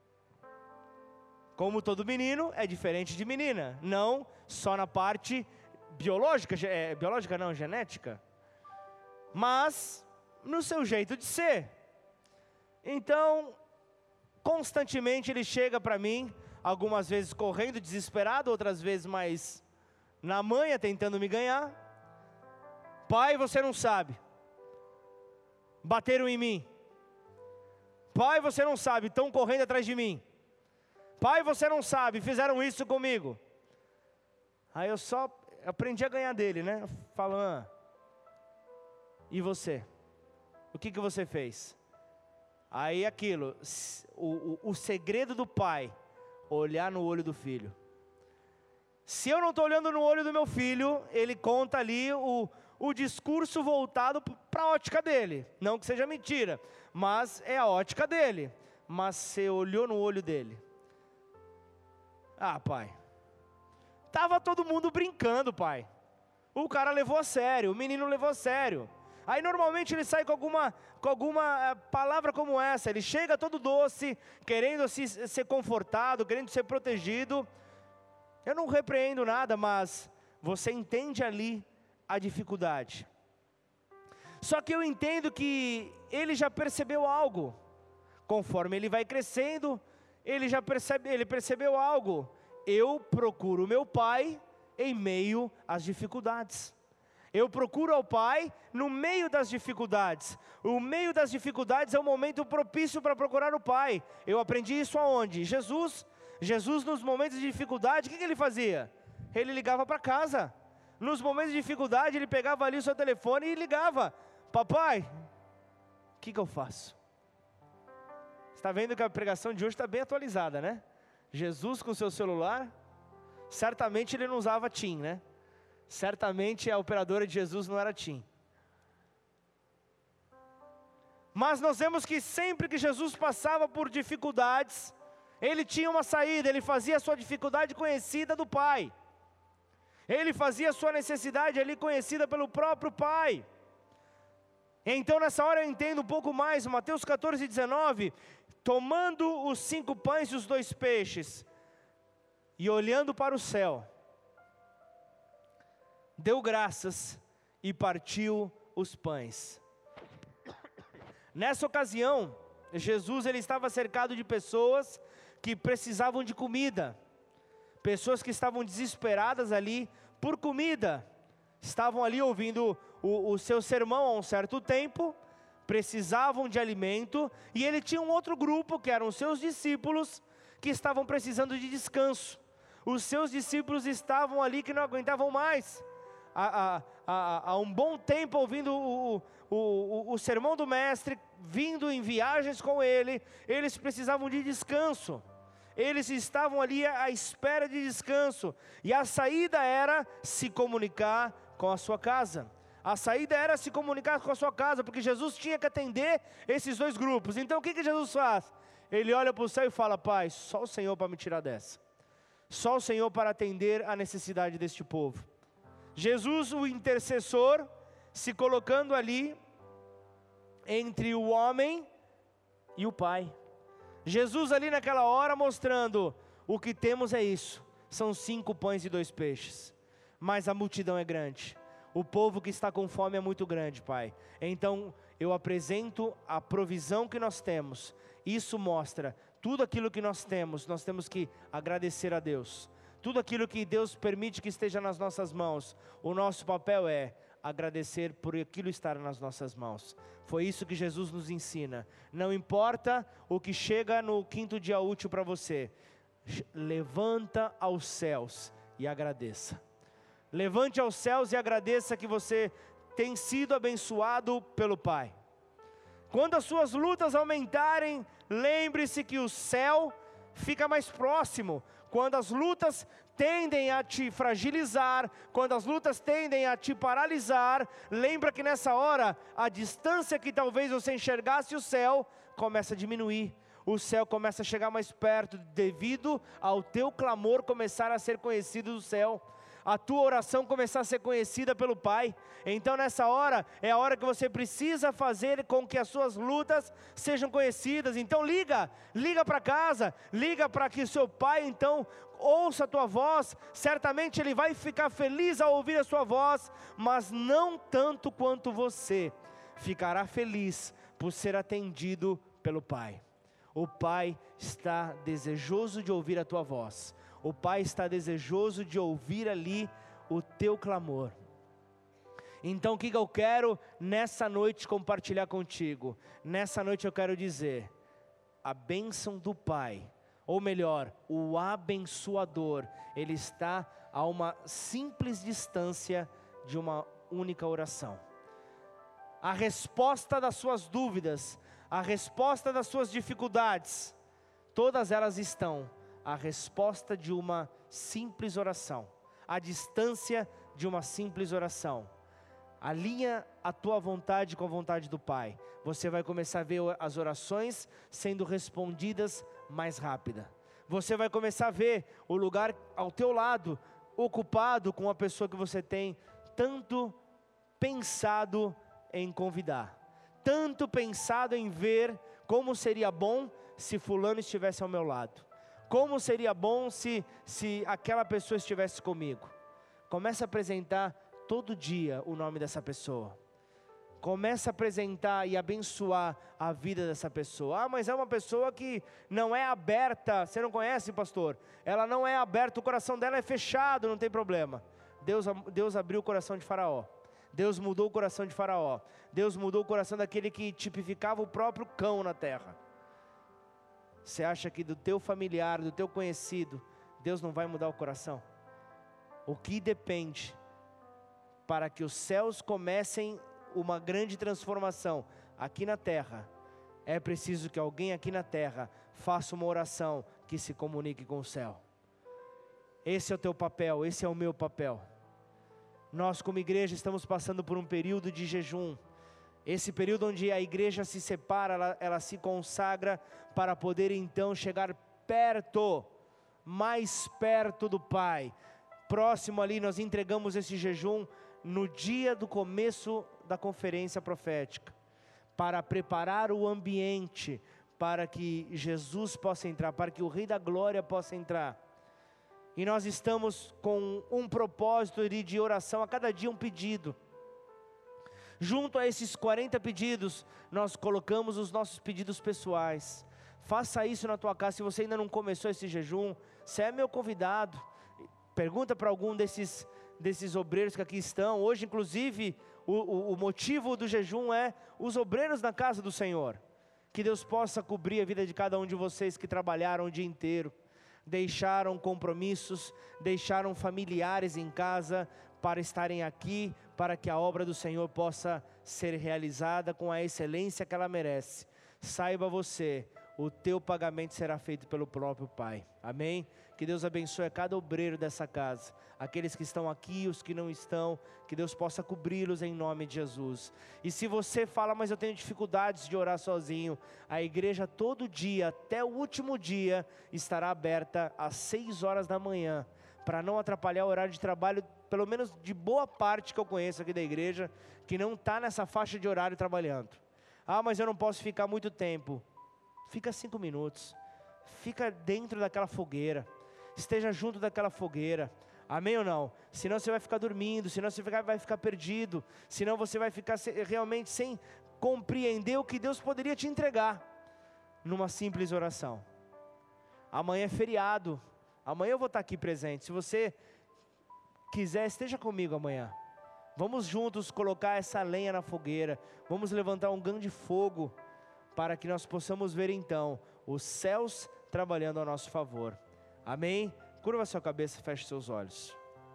Como todo menino, é diferente de menina. Não só na parte biológica, é, biológica não, genética. Mas no seu jeito de ser. Então, constantemente ele chega para mim, algumas vezes correndo, desesperado, outras vezes mais na manha, tentando me ganhar. Pai, você não sabe. Bateram em mim. Pai, você não sabe, estão correndo atrás de mim. Pai, você não sabe, fizeram isso comigo. Aí eu só aprendi a ganhar dele, né? Falando, ah, e você? O que, que você fez? Aí aquilo, o, o, o segredo do pai, olhar no olho do filho. Se eu não estou olhando no olho do meu filho, ele conta ali o, o discurso voltado para a ótica dele. Não que seja mentira, mas é a ótica dele. Mas você olhou no olho dele. Ah, pai, estava todo mundo brincando, pai. O cara levou a sério, o menino levou a sério. Aí normalmente ele sai com alguma, com alguma palavra como essa. Ele chega todo doce, querendo se, ser confortado, querendo ser protegido. Eu não repreendo nada, mas você entende ali a dificuldade. Só que eu entendo que ele já percebeu algo. Conforme ele vai crescendo, ele já percebe, ele percebeu algo. Eu procuro o meu pai em meio às dificuldades. Eu procuro ao pai no meio das dificuldades. O meio das dificuldades é o momento propício para procurar o pai. Eu aprendi isso aonde? Jesus. Jesus nos momentos de dificuldade, o que, que ele fazia? Ele ligava para casa. Nos momentos de dificuldade, ele pegava ali o seu telefone e ligava. Papai, o que, que eu faço? Você está vendo que a pregação de hoje está bem atualizada, né? Jesus com seu celular, certamente ele não usava TIM, né? Certamente a operadora de Jesus não era TIM. Mas nós vemos que sempre que Jesus passava por dificuldades, ele tinha uma saída, ele fazia a sua dificuldade conhecida do Pai. Ele fazia a sua necessidade ali conhecida pelo próprio Pai. Então nessa hora eu entendo um pouco mais, Mateus catorze, dezenove, tomando os cinco pães e os dois peixes, e olhando para o céu, deu graças e partiu os pães. Nessa ocasião, Jesus ele estava cercado de pessoas que precisavam de comida, pessoas que estavam desesperadas ali por comida, estavam ali ouvindo o, o seu sermão há um certo tempo, precisavam de alimento, e ele tinha um outro grupo, que eram os seus discípulos, que estavam precisando de descanso. Os seus discípulos estavam ali que não aguentavam mais, há, há, há um bom tempo ouvindo o, o, o, o sermão do mestre, vindo em viagens com ele, eles precisavam de descanso. Eles estavam ali à espera de descanso, e a saída era se comunicar com a sua casa. A saída era se comunicar com a sua casa, porque Jesus tinha que atender esses dois grupos. Então o que, que Jesus faz? Ele olha para o céu e fala: Pai, só o Senhor para me tirar dessa. Só o Senhor para atender a necessidade deste povo. Jesus, o intercessor, se colocando ali entre o homem e o Pai. Jesus ali naquela hora mostrando: o que temos é isso, são cinco pães e dois peixes, mas a multidão é grande, o povo que está com fome é muito grande, Pai. Então eu apresento a provisão que nós temos. Isso mostra tudo aquilo que nós temos, nós temos que agradecer a Deus. Tudo aquilo que Deus permite que esteja nas nossas mãos, o nosso papel é agradecer por aquilo estar nas nossas mãos. Foi isso que Jesus nos ensina. Não importa o que chega no quinto dia útil para você, levanta aos céus e agradeça. Levante aos céus e agradeça que você tem sido abençoado pelo Pai. Quando as suas lutas aumentarem, lembre-se que o céu fica mais próximo. Quando as lutas tendem a te fragilizar, quando as lutas tendem a te paralisar, lembra que nessa hora, a distância que talvez você enxergasse o céu, começa a diminuir. O céu começa a chegar mais perto, devido ao teu clamor começar a ser conhecido do céu. A tua oração começar a ser conhecida pelo Pai. Então nessa hora, é a hora que você precisa fazer com que as suas lutas sejam conhecidas. Então liga, liga para casa, liga para que o seu Pai então ouça a tua voz. Certamente Ele vai ficar feliz ao ouvir a sua voz, mas não tanto quanto você ficará feliz por ser atendido pelo Pai. O Pai está desejoso de ouvir a tua voz. O Pai está desejoso de ouvir ali o teu clamor. Então o que eu quero nessa noite compartilhar contigo? Nessa noite eu quero dizer: a bênção do Pai, ou melhor, o abençoador, ele está a uma simples distância de uma única oração. A resposta das suas dúvidas, a resposta das suas dificuldades, todas elas estão a resposta de uma simples oração. a distância de uma simples oração. Alinha a tua vontade com a vontade do Pai. Você vai começar a ver as orações sendo respondidas mais rápida. Você vai começar a ver o lugar ao teu lado ocupado com a pessoa que você tem tanto pensado em convidar, tanto pensado em ver como seria bom se fulano estivesse ao meu lado, como seria bom se, se aquela pessoa estivesse comigo. Comece a apresentar todo dia o nome dessa pessoa. Comece a apresentar e abençoar a vida dessa pessoa. Ah, mas é uma pessoa que não é aberta. Você não conhece, pastor? Ela não é aberta, o coração dela é fechado, não tem problema. Deus, Deus abriu o coração de Faraó. Deus mudou o coração de Faraó. Deus mudou o coração daquele que tipificava o próprio cão na terra. Você acha que do teu familiar, do teu conhecido, Deus não vai mudar o coração? O que depende para que os céus comecem uma grande transformação aqui na terra, é preciso que alguém aqui na terra faça uma oração que se comunique com o céu. Esse é o teu papel, esse é o meu papel. Nós como igreja estamos passando por um período de jejum. Esse período onde a igreja se separa, ela, ela se consagra para poder então chegar perto, mais perto do Pai. Próximo ali nós entregamos esse jejum no dia do começo da conferência profética, para preparar o ambiente, para que Jesus possa entrar, para que o Rei da Glória possa entrar. E nós estamos com um propósito de, de oração, a cada dia um pedido. Junto a esses quarenta pedidos, nós colocamos os nossos pedidos pessoais. Faça isso na tua casa. Se você ainda não começou esse jejum, você é meu convidado. Pergunta para algum desses, desses obreiros que aqui estão. Hoje, inclusive, o, o, o motivo do jejum é os obreiros na casa do Senhor. Que Deus possa cobrir a vida de cada um de vocês que trabalharam o dia inteiro, deixaram compromissos, deixaram familiares em casa para estarem aqui, para que a obra do Senhor possa ser realizada com a excelência que ela merece. Saiba você, o teu pagamento será feito pelo próprio Pai. Amém? Que Deus abençoe a cada obreiro dessa casa, aqueles que estão aqui, os que não estão, que Deus possa cobri-los em nome de Jesus. E se você fala, mas eu tenho dificuldades de orar sozinho, a igreja todo dia, até o último dia, estará aberta às seis horas da manhã, para não atrapalhar o horário de trabalho, pelo menos de boa parte que eu conheço aqui da igreja, que não está nessa faixa de horário trabalhando. Ah, mas eu não posso ficar muito tempo. Fica cinco minutos, fica dentro daquela fogueira, esteja junto daquela fogueira, amém ou não? Senão você vai ficar dormindo, senão você vai ficar perdido, senão você vai ficar realmente sem compreender o que Deus poderia te entregar, numa simples oração. Amanhã é feriado, amanhã eu vou estar aqui presente. Se você quiser, esteja comigo amanhã. Vamos juntos colocar essa lenha na fogueira, vamos levantar um grande fogo, para que nós possamos ver então os céus trabalhando ao nosso favor. Amém? Curva sua cabeça e feche seus olhos.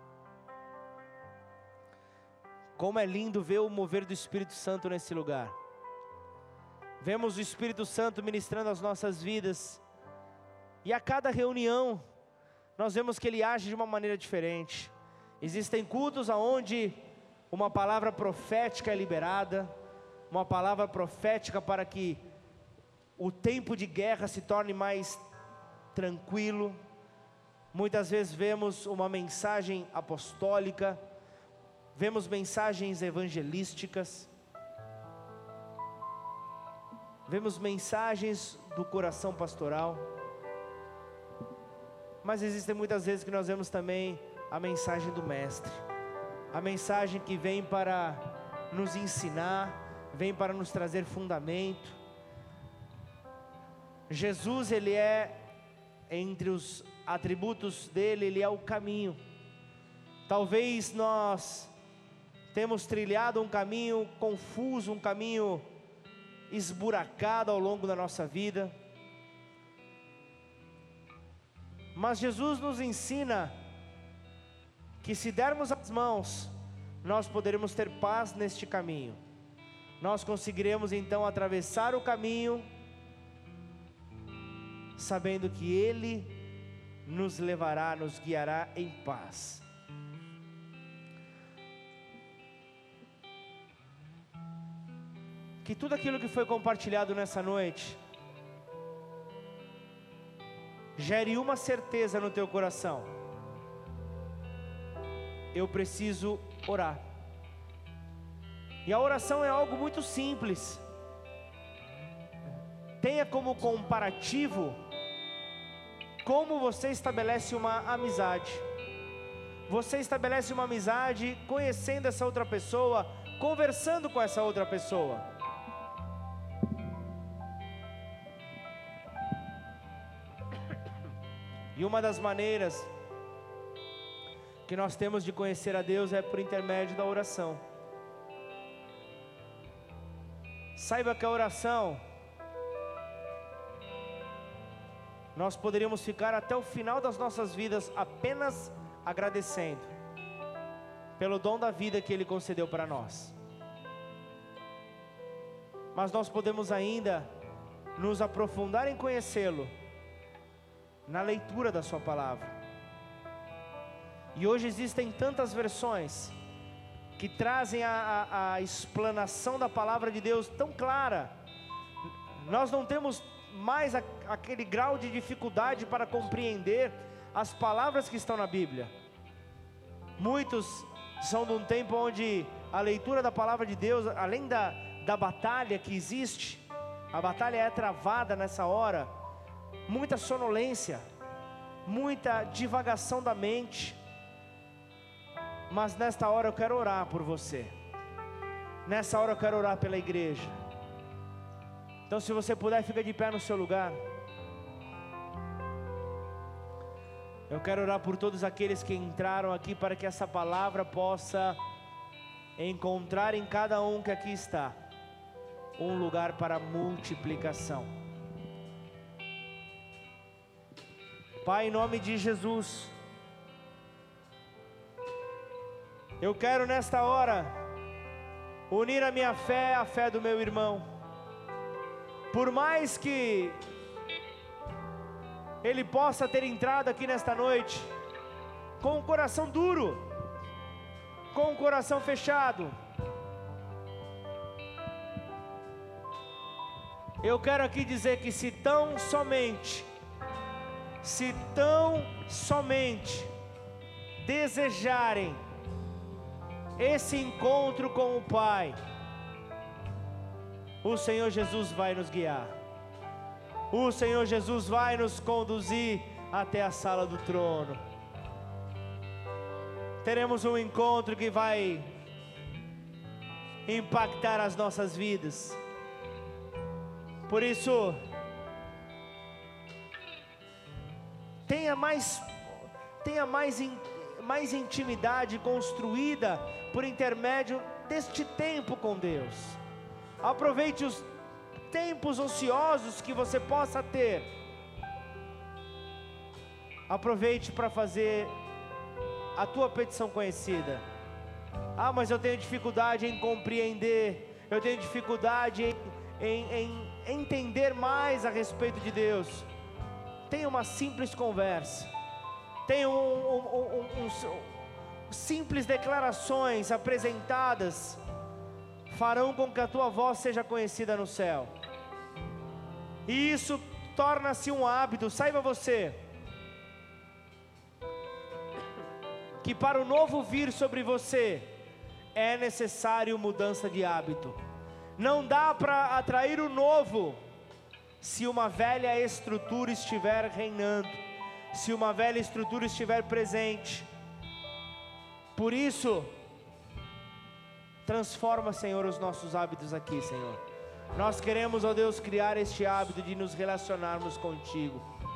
Como é lindo ver o mover do Espírito Santo nesse lugar. Vemos o Espírito Santo ministrando as nossas vidas. E a cada reunião, nós vemos que Ele age de uma maneira diferente. Existem cultos onde uma palavra profética é liberada, uma palavra profética para que o tempo de guerra se torne mais tranquilo. Muitas vezes vemos uma mensagem apostólica, vemos mensagens evangelísticas, vemos mensagens do coração pastoral, mas existem muitas vezes que nós vemos também a mensagem do Mestre, a mensagem que vem para nos ensinar, vem para nos trazer fundamento. Jesus, Ele é, entre os atributos dEle, Ele é o caminho. Talvez nós temos trilhado um caminho confuso, um caminho esburacado ao longo da nossa vida, mas Jesus nos ensina que se dermos as mãos, nós poderemos ter paz neste caminho. Nós conseguiremos então atravessar o caminho, sabendo que Ele nos levará, nos guiará em paz. que tudo aquilo que foi compartilhado nessa noite gere uma certeza no teu coração: eu preciso orar. E a oração é algo muito simples. Tenha como comparativo como você estabelece uma amizade. Você estabelece uma amizade conhecendo essa outra pessoa, conversando com essa outra pessoa. E uma das maneiras que nós temos de conhecer a Deus é por intermédio da oração. Saiba que a oração, nós poderíamos ficar até o final das nossas vidas apenas agradecendo pelo dom da vida que Ele concedeu para nós. Mas nós podemos ainda nos aprofundar em conhecê-lo na leitura da sua palavra. E hoje existem tantas versões que trazem a, a, a explanação da palavra de Deus tão clara. Nós não temos mais a, aquele grau de dificuldade para compreender as palavras que estão na Bíblia. Muitos são de um tempo onde a leitura da palavra de Deus, além da, da batalha que existe, a batalha é travada nessa hora, muita sonolência, muita divagação da mente. Mas nesta hora eu quero orar por você, nessa hora eu quero orar pela igreja. Então, se você puder, fica de pé no seu lugar. Eu quero orar por todos aqueles que entraram aqui, para que essa palavra possa encontrar em cada um que aqui está um lugar para multiplicação. Pai, em nome de Jesus, eu quero nesta hora unir a minha fé à fé do meu irmão. Por mais que ele possa ter entrado aqui nesta noite com o coração duro, com o coração fechado, eu quero aqui dizer que se tão somente, se tão somente desejarem esse encontro com o Pai, o Senhor Jesus vai nos guiar. O Senhor Jesus vai nos conduzir até a sala do trono. Teremos um encontro que vai impactar as nossas vidas. Por isso, tenha mais, tenha mais, in, mais intimidade construída por intermédio deste tempo com Deus. Aproveite os tempos ociosos que você possa ter. Aproveite para fazer a tua petição conhecida. Ah, mas eu tenho dificuldade em compreender, eu tenho dificuldade em, em, em entender mais a respeito de Deus. Tenha uma simples conversa. Tenha um, um, um, um, um, simples declarações apresentadas farão com que a tua voz seja conhecida no céu. E isso torna-se um hábito. Saiba você que para o novo vir sobre você é necessário mudança de hábito. Não dá para atrair o novo se uma velha estrutura estiver reinando, se uma velha estrutura estiver presente. Por isso, transforma, Senhor, os nossos hábitos aqui, Senhor. Nós queremos, ó Deus, criar este hábito de nos relacionarmos contigo.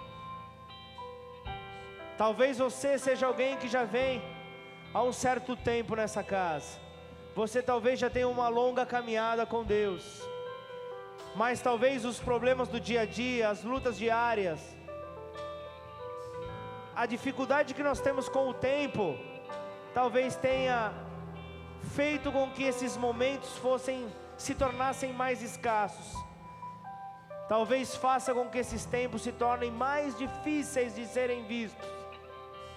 Talvez você seja alguém que já vem há um certo tempo nessa casa. Você talvez já tenha uma longa caminhada com Deus, mas talvez os problemas do dia a dia, as lutas diárias, a dificuldade que nós temos com o tempo, talvez tenha feito com que esses momentos fossem, se tornassem mais escassos. Talvez faça com que esses tempos se tornem mais difíceis de serem vistos.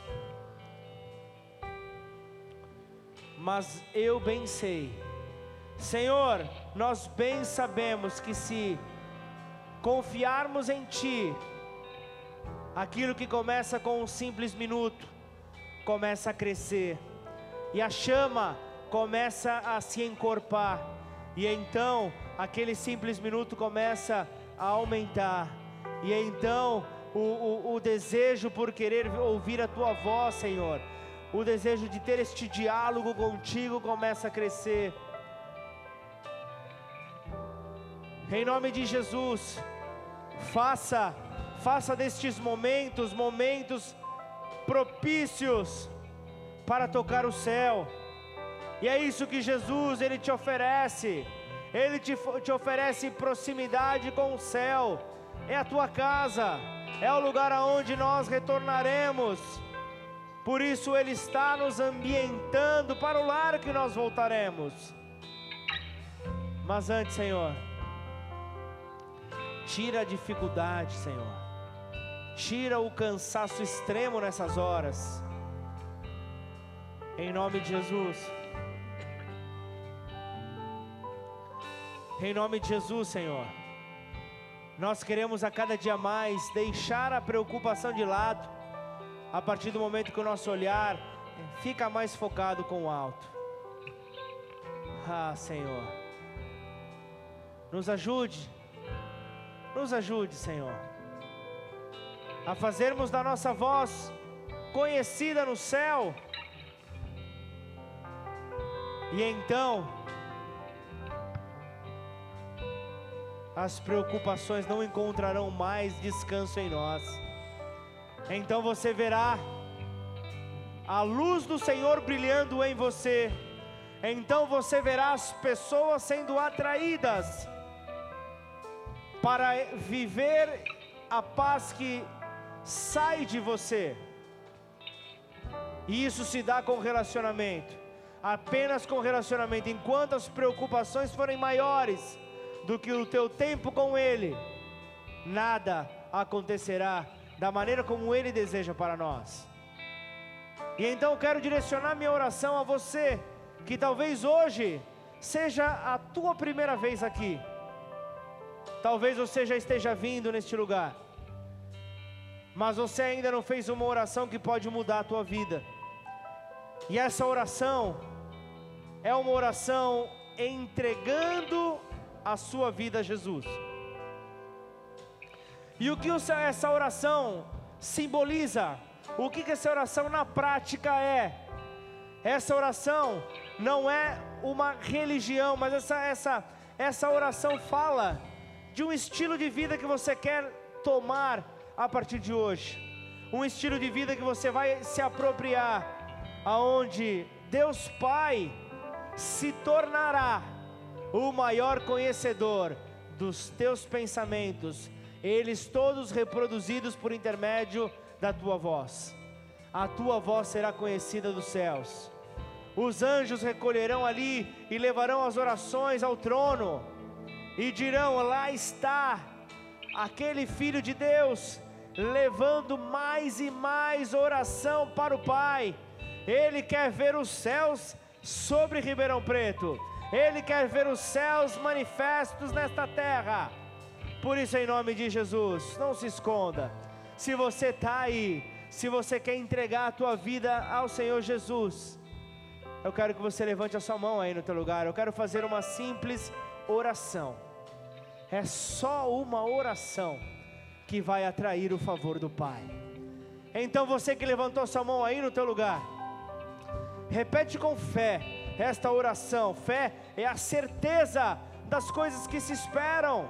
Mas eu bem sei, Senhor, nós bem sabemos que se confiarmos em Ti, aquilo que começa com um simples minuto, começa a crescer, e a chama começa a se encorpar, e então aquele simples minuto começa a aumentar, e então o, o, o desejo por querer ouvir a Tua voz, Senhor, o desejo de ter este diálogo contigo começa a crescer. Em nome de Jesus, faça, faça destes momentos, momentos propícios para tocar o céu. E é isso que Jesus, Ele te oferece. Ele te, te oferece proximidade com o céu. É a tua casa, é o lugar aonde nós retornaremos. Por isso Ele está nos ambientando para o lar que nós voltaremos. Mas antes, Senhor, tira a dificuldade, Senhor. Tira o cansaço extremo nessas horas. Em nome de Jesus. Em nome de Jesus, Senhor. Nós queremos a cada dia mais deixar a preocupação de lado, a partir do momento que o nosso olhar fica mais focado com o alto. Ah, Senhor, nos ajude, nos ajude, Senhor, a fazermos da nossa voz conhecida no céu, e então as preocupações não encontrarão mais descanso em nós. Então você verá a luz do Senhor brilhando em você. Então você verá as pessoas sendo atraídas para viver a paz que sai de você. E isso se dá com relacionamento. Apenas com relacionamento. Enquanto as preocupações forem maiores do que o teu tempo com Ele, nada acontecerá da maneira como Ele deseja para nós. E então eu quero direcionar minha oração a você, que talvez hoje seja a tua primeira vez aqui. Talvez você já esteja vindo neste lugar, mas você ainda não fez uma oração que pode mudar a tua vida. E essa oração é uma oração entregando a sua vida a Jesus. E o que essa oração simboliza? O que essa oração na prática é? Essa oração não é uma religião, mas essa, essa, essa oração fala de um estilo de vida que você quer tomar a partir de hoje. Um estilo de vida que você vai se apropriar, aonde Deus Pai se tornará o maior conhecedor dos teus pensamentos, eles todos reproduzidos por intermédio da tua voz. A tua voz será conhecida dos céus. Os anjos recolherão ali e levarão as orações ao trono e dirão: lá está aquele Filho de Deus, levando mais e mais oração para o Pai. Ele quer ver os céus sobre Ribeirão Preto. Ele quer ver os céus manifestos nesta terra. Por isso, em nome de Jesus, não se esconda. Se você está aí, se você quer entregar a tua vida ao Senhor Jesus, eu quero que você levante a sua mão aí no teu lugar. Eu quero fazer uma simples oração. É só uma oração que vai atrair o favor do Pai. Então você que levantou sua mão aí no teu lugar, repete com fé esta oração. Fé é a certeza das coisas que se esperam,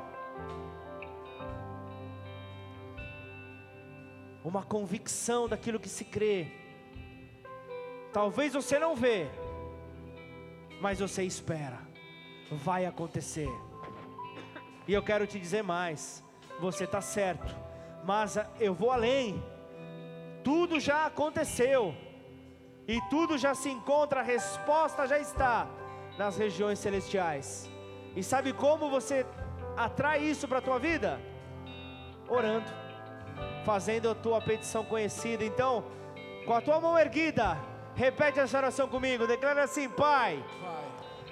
uma convicção daquilo que se crê. Talvez você não vê, mas você espera, vai acontecer. E eu quero te dizer mais, você está certo, mas eu vou além. Tudo já aconteceu, e tudo já se encontra, a resposta já está nas regiões celestiais. E sabe como você atrai isso para a tua vida? Orando, fazendo a tua petição conhecida. Então, com a tua mão erguida, repete essa oração comigo, declara assim: Pai, Pai,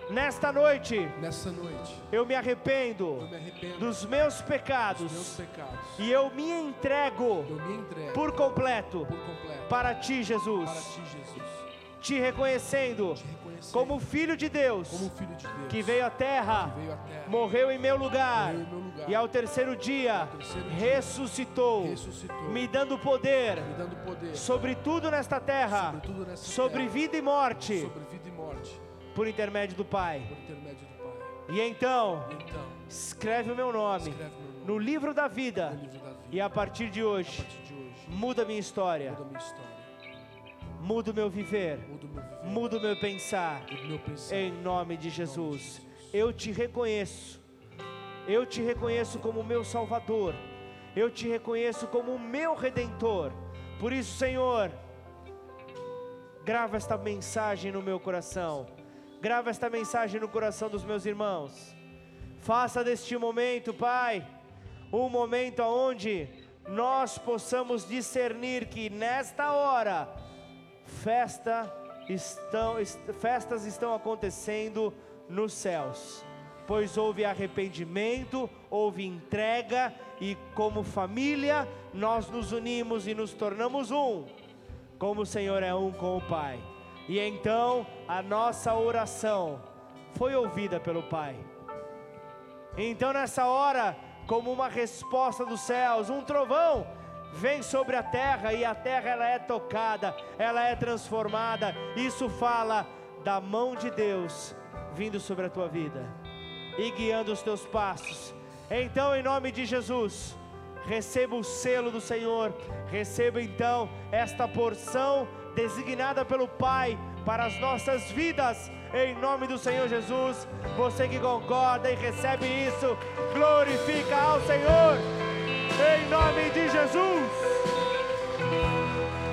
Nesta noite, nessa noite, eu me arrependo, eu me arrependo dos meus pecados, dos meus pecados, e eu me entrego, eu me entrego por completo, por completo para Ti, Jesus, para Ti, Jesus, Te reconhecendo, te reconhecendo como Filho de Deus, como Filho de Deus, que veio à terra, que veio à terra, morreu em meu lugar, morreu em meu lugar, e ao terceiro dia, ao terceiro dia, ressuscitou, ressuscitou, me dando poder, me dando poder sobre tudo nesta terra, sobre tudo nessa sobre terra, vida e morte, sobre vida e morte, por intermédio do Pai. por intermédio do Pai. E então, E então, escreve o meu nome escreve meu nome no livro da vida, no livro da vida. e a partir de A hoje, partir de hoje, muda a minha história, muda a minha história, muda o meu viver, muda o meu viver, muda o meu pensar, muda o meu pensar. em nome de Jesus. Eu te reconheço, eu te reconheço como meu Salvador, eu te reconheço como o meu Redentor. Por isso, Senhor, grava esta mensagem no meu coração, grava esta mensagem no coração dos meus irmãos. Faça deste momento, Pai, um momento onde nós possamos discernir que nesta hora festa estão, est, festas estão acontecendo nos céus, pois houve arrependimento, houve entrega, e como família nós nos unimos e nos tornamos um, como o Senhor é um com o Pai. E então a nossa oração foi ouvida pelo Pai. Então nessa hora, como uma resposta dos céus, um trovão vem sobre a terra, e a terra ela é tocada, ela é transformada. Isso fala da mão de Deus vindo sobre a tua vida e guiando os teus passos. Então, em nome de Jesus, receba o selo do Senhor, receba então esta porção designada pelo Pai para as nossas vidas, em nome do Senhor Jesus. Você que concorda e recebe isso, glorifica ao Senhor, em nome de Jesus.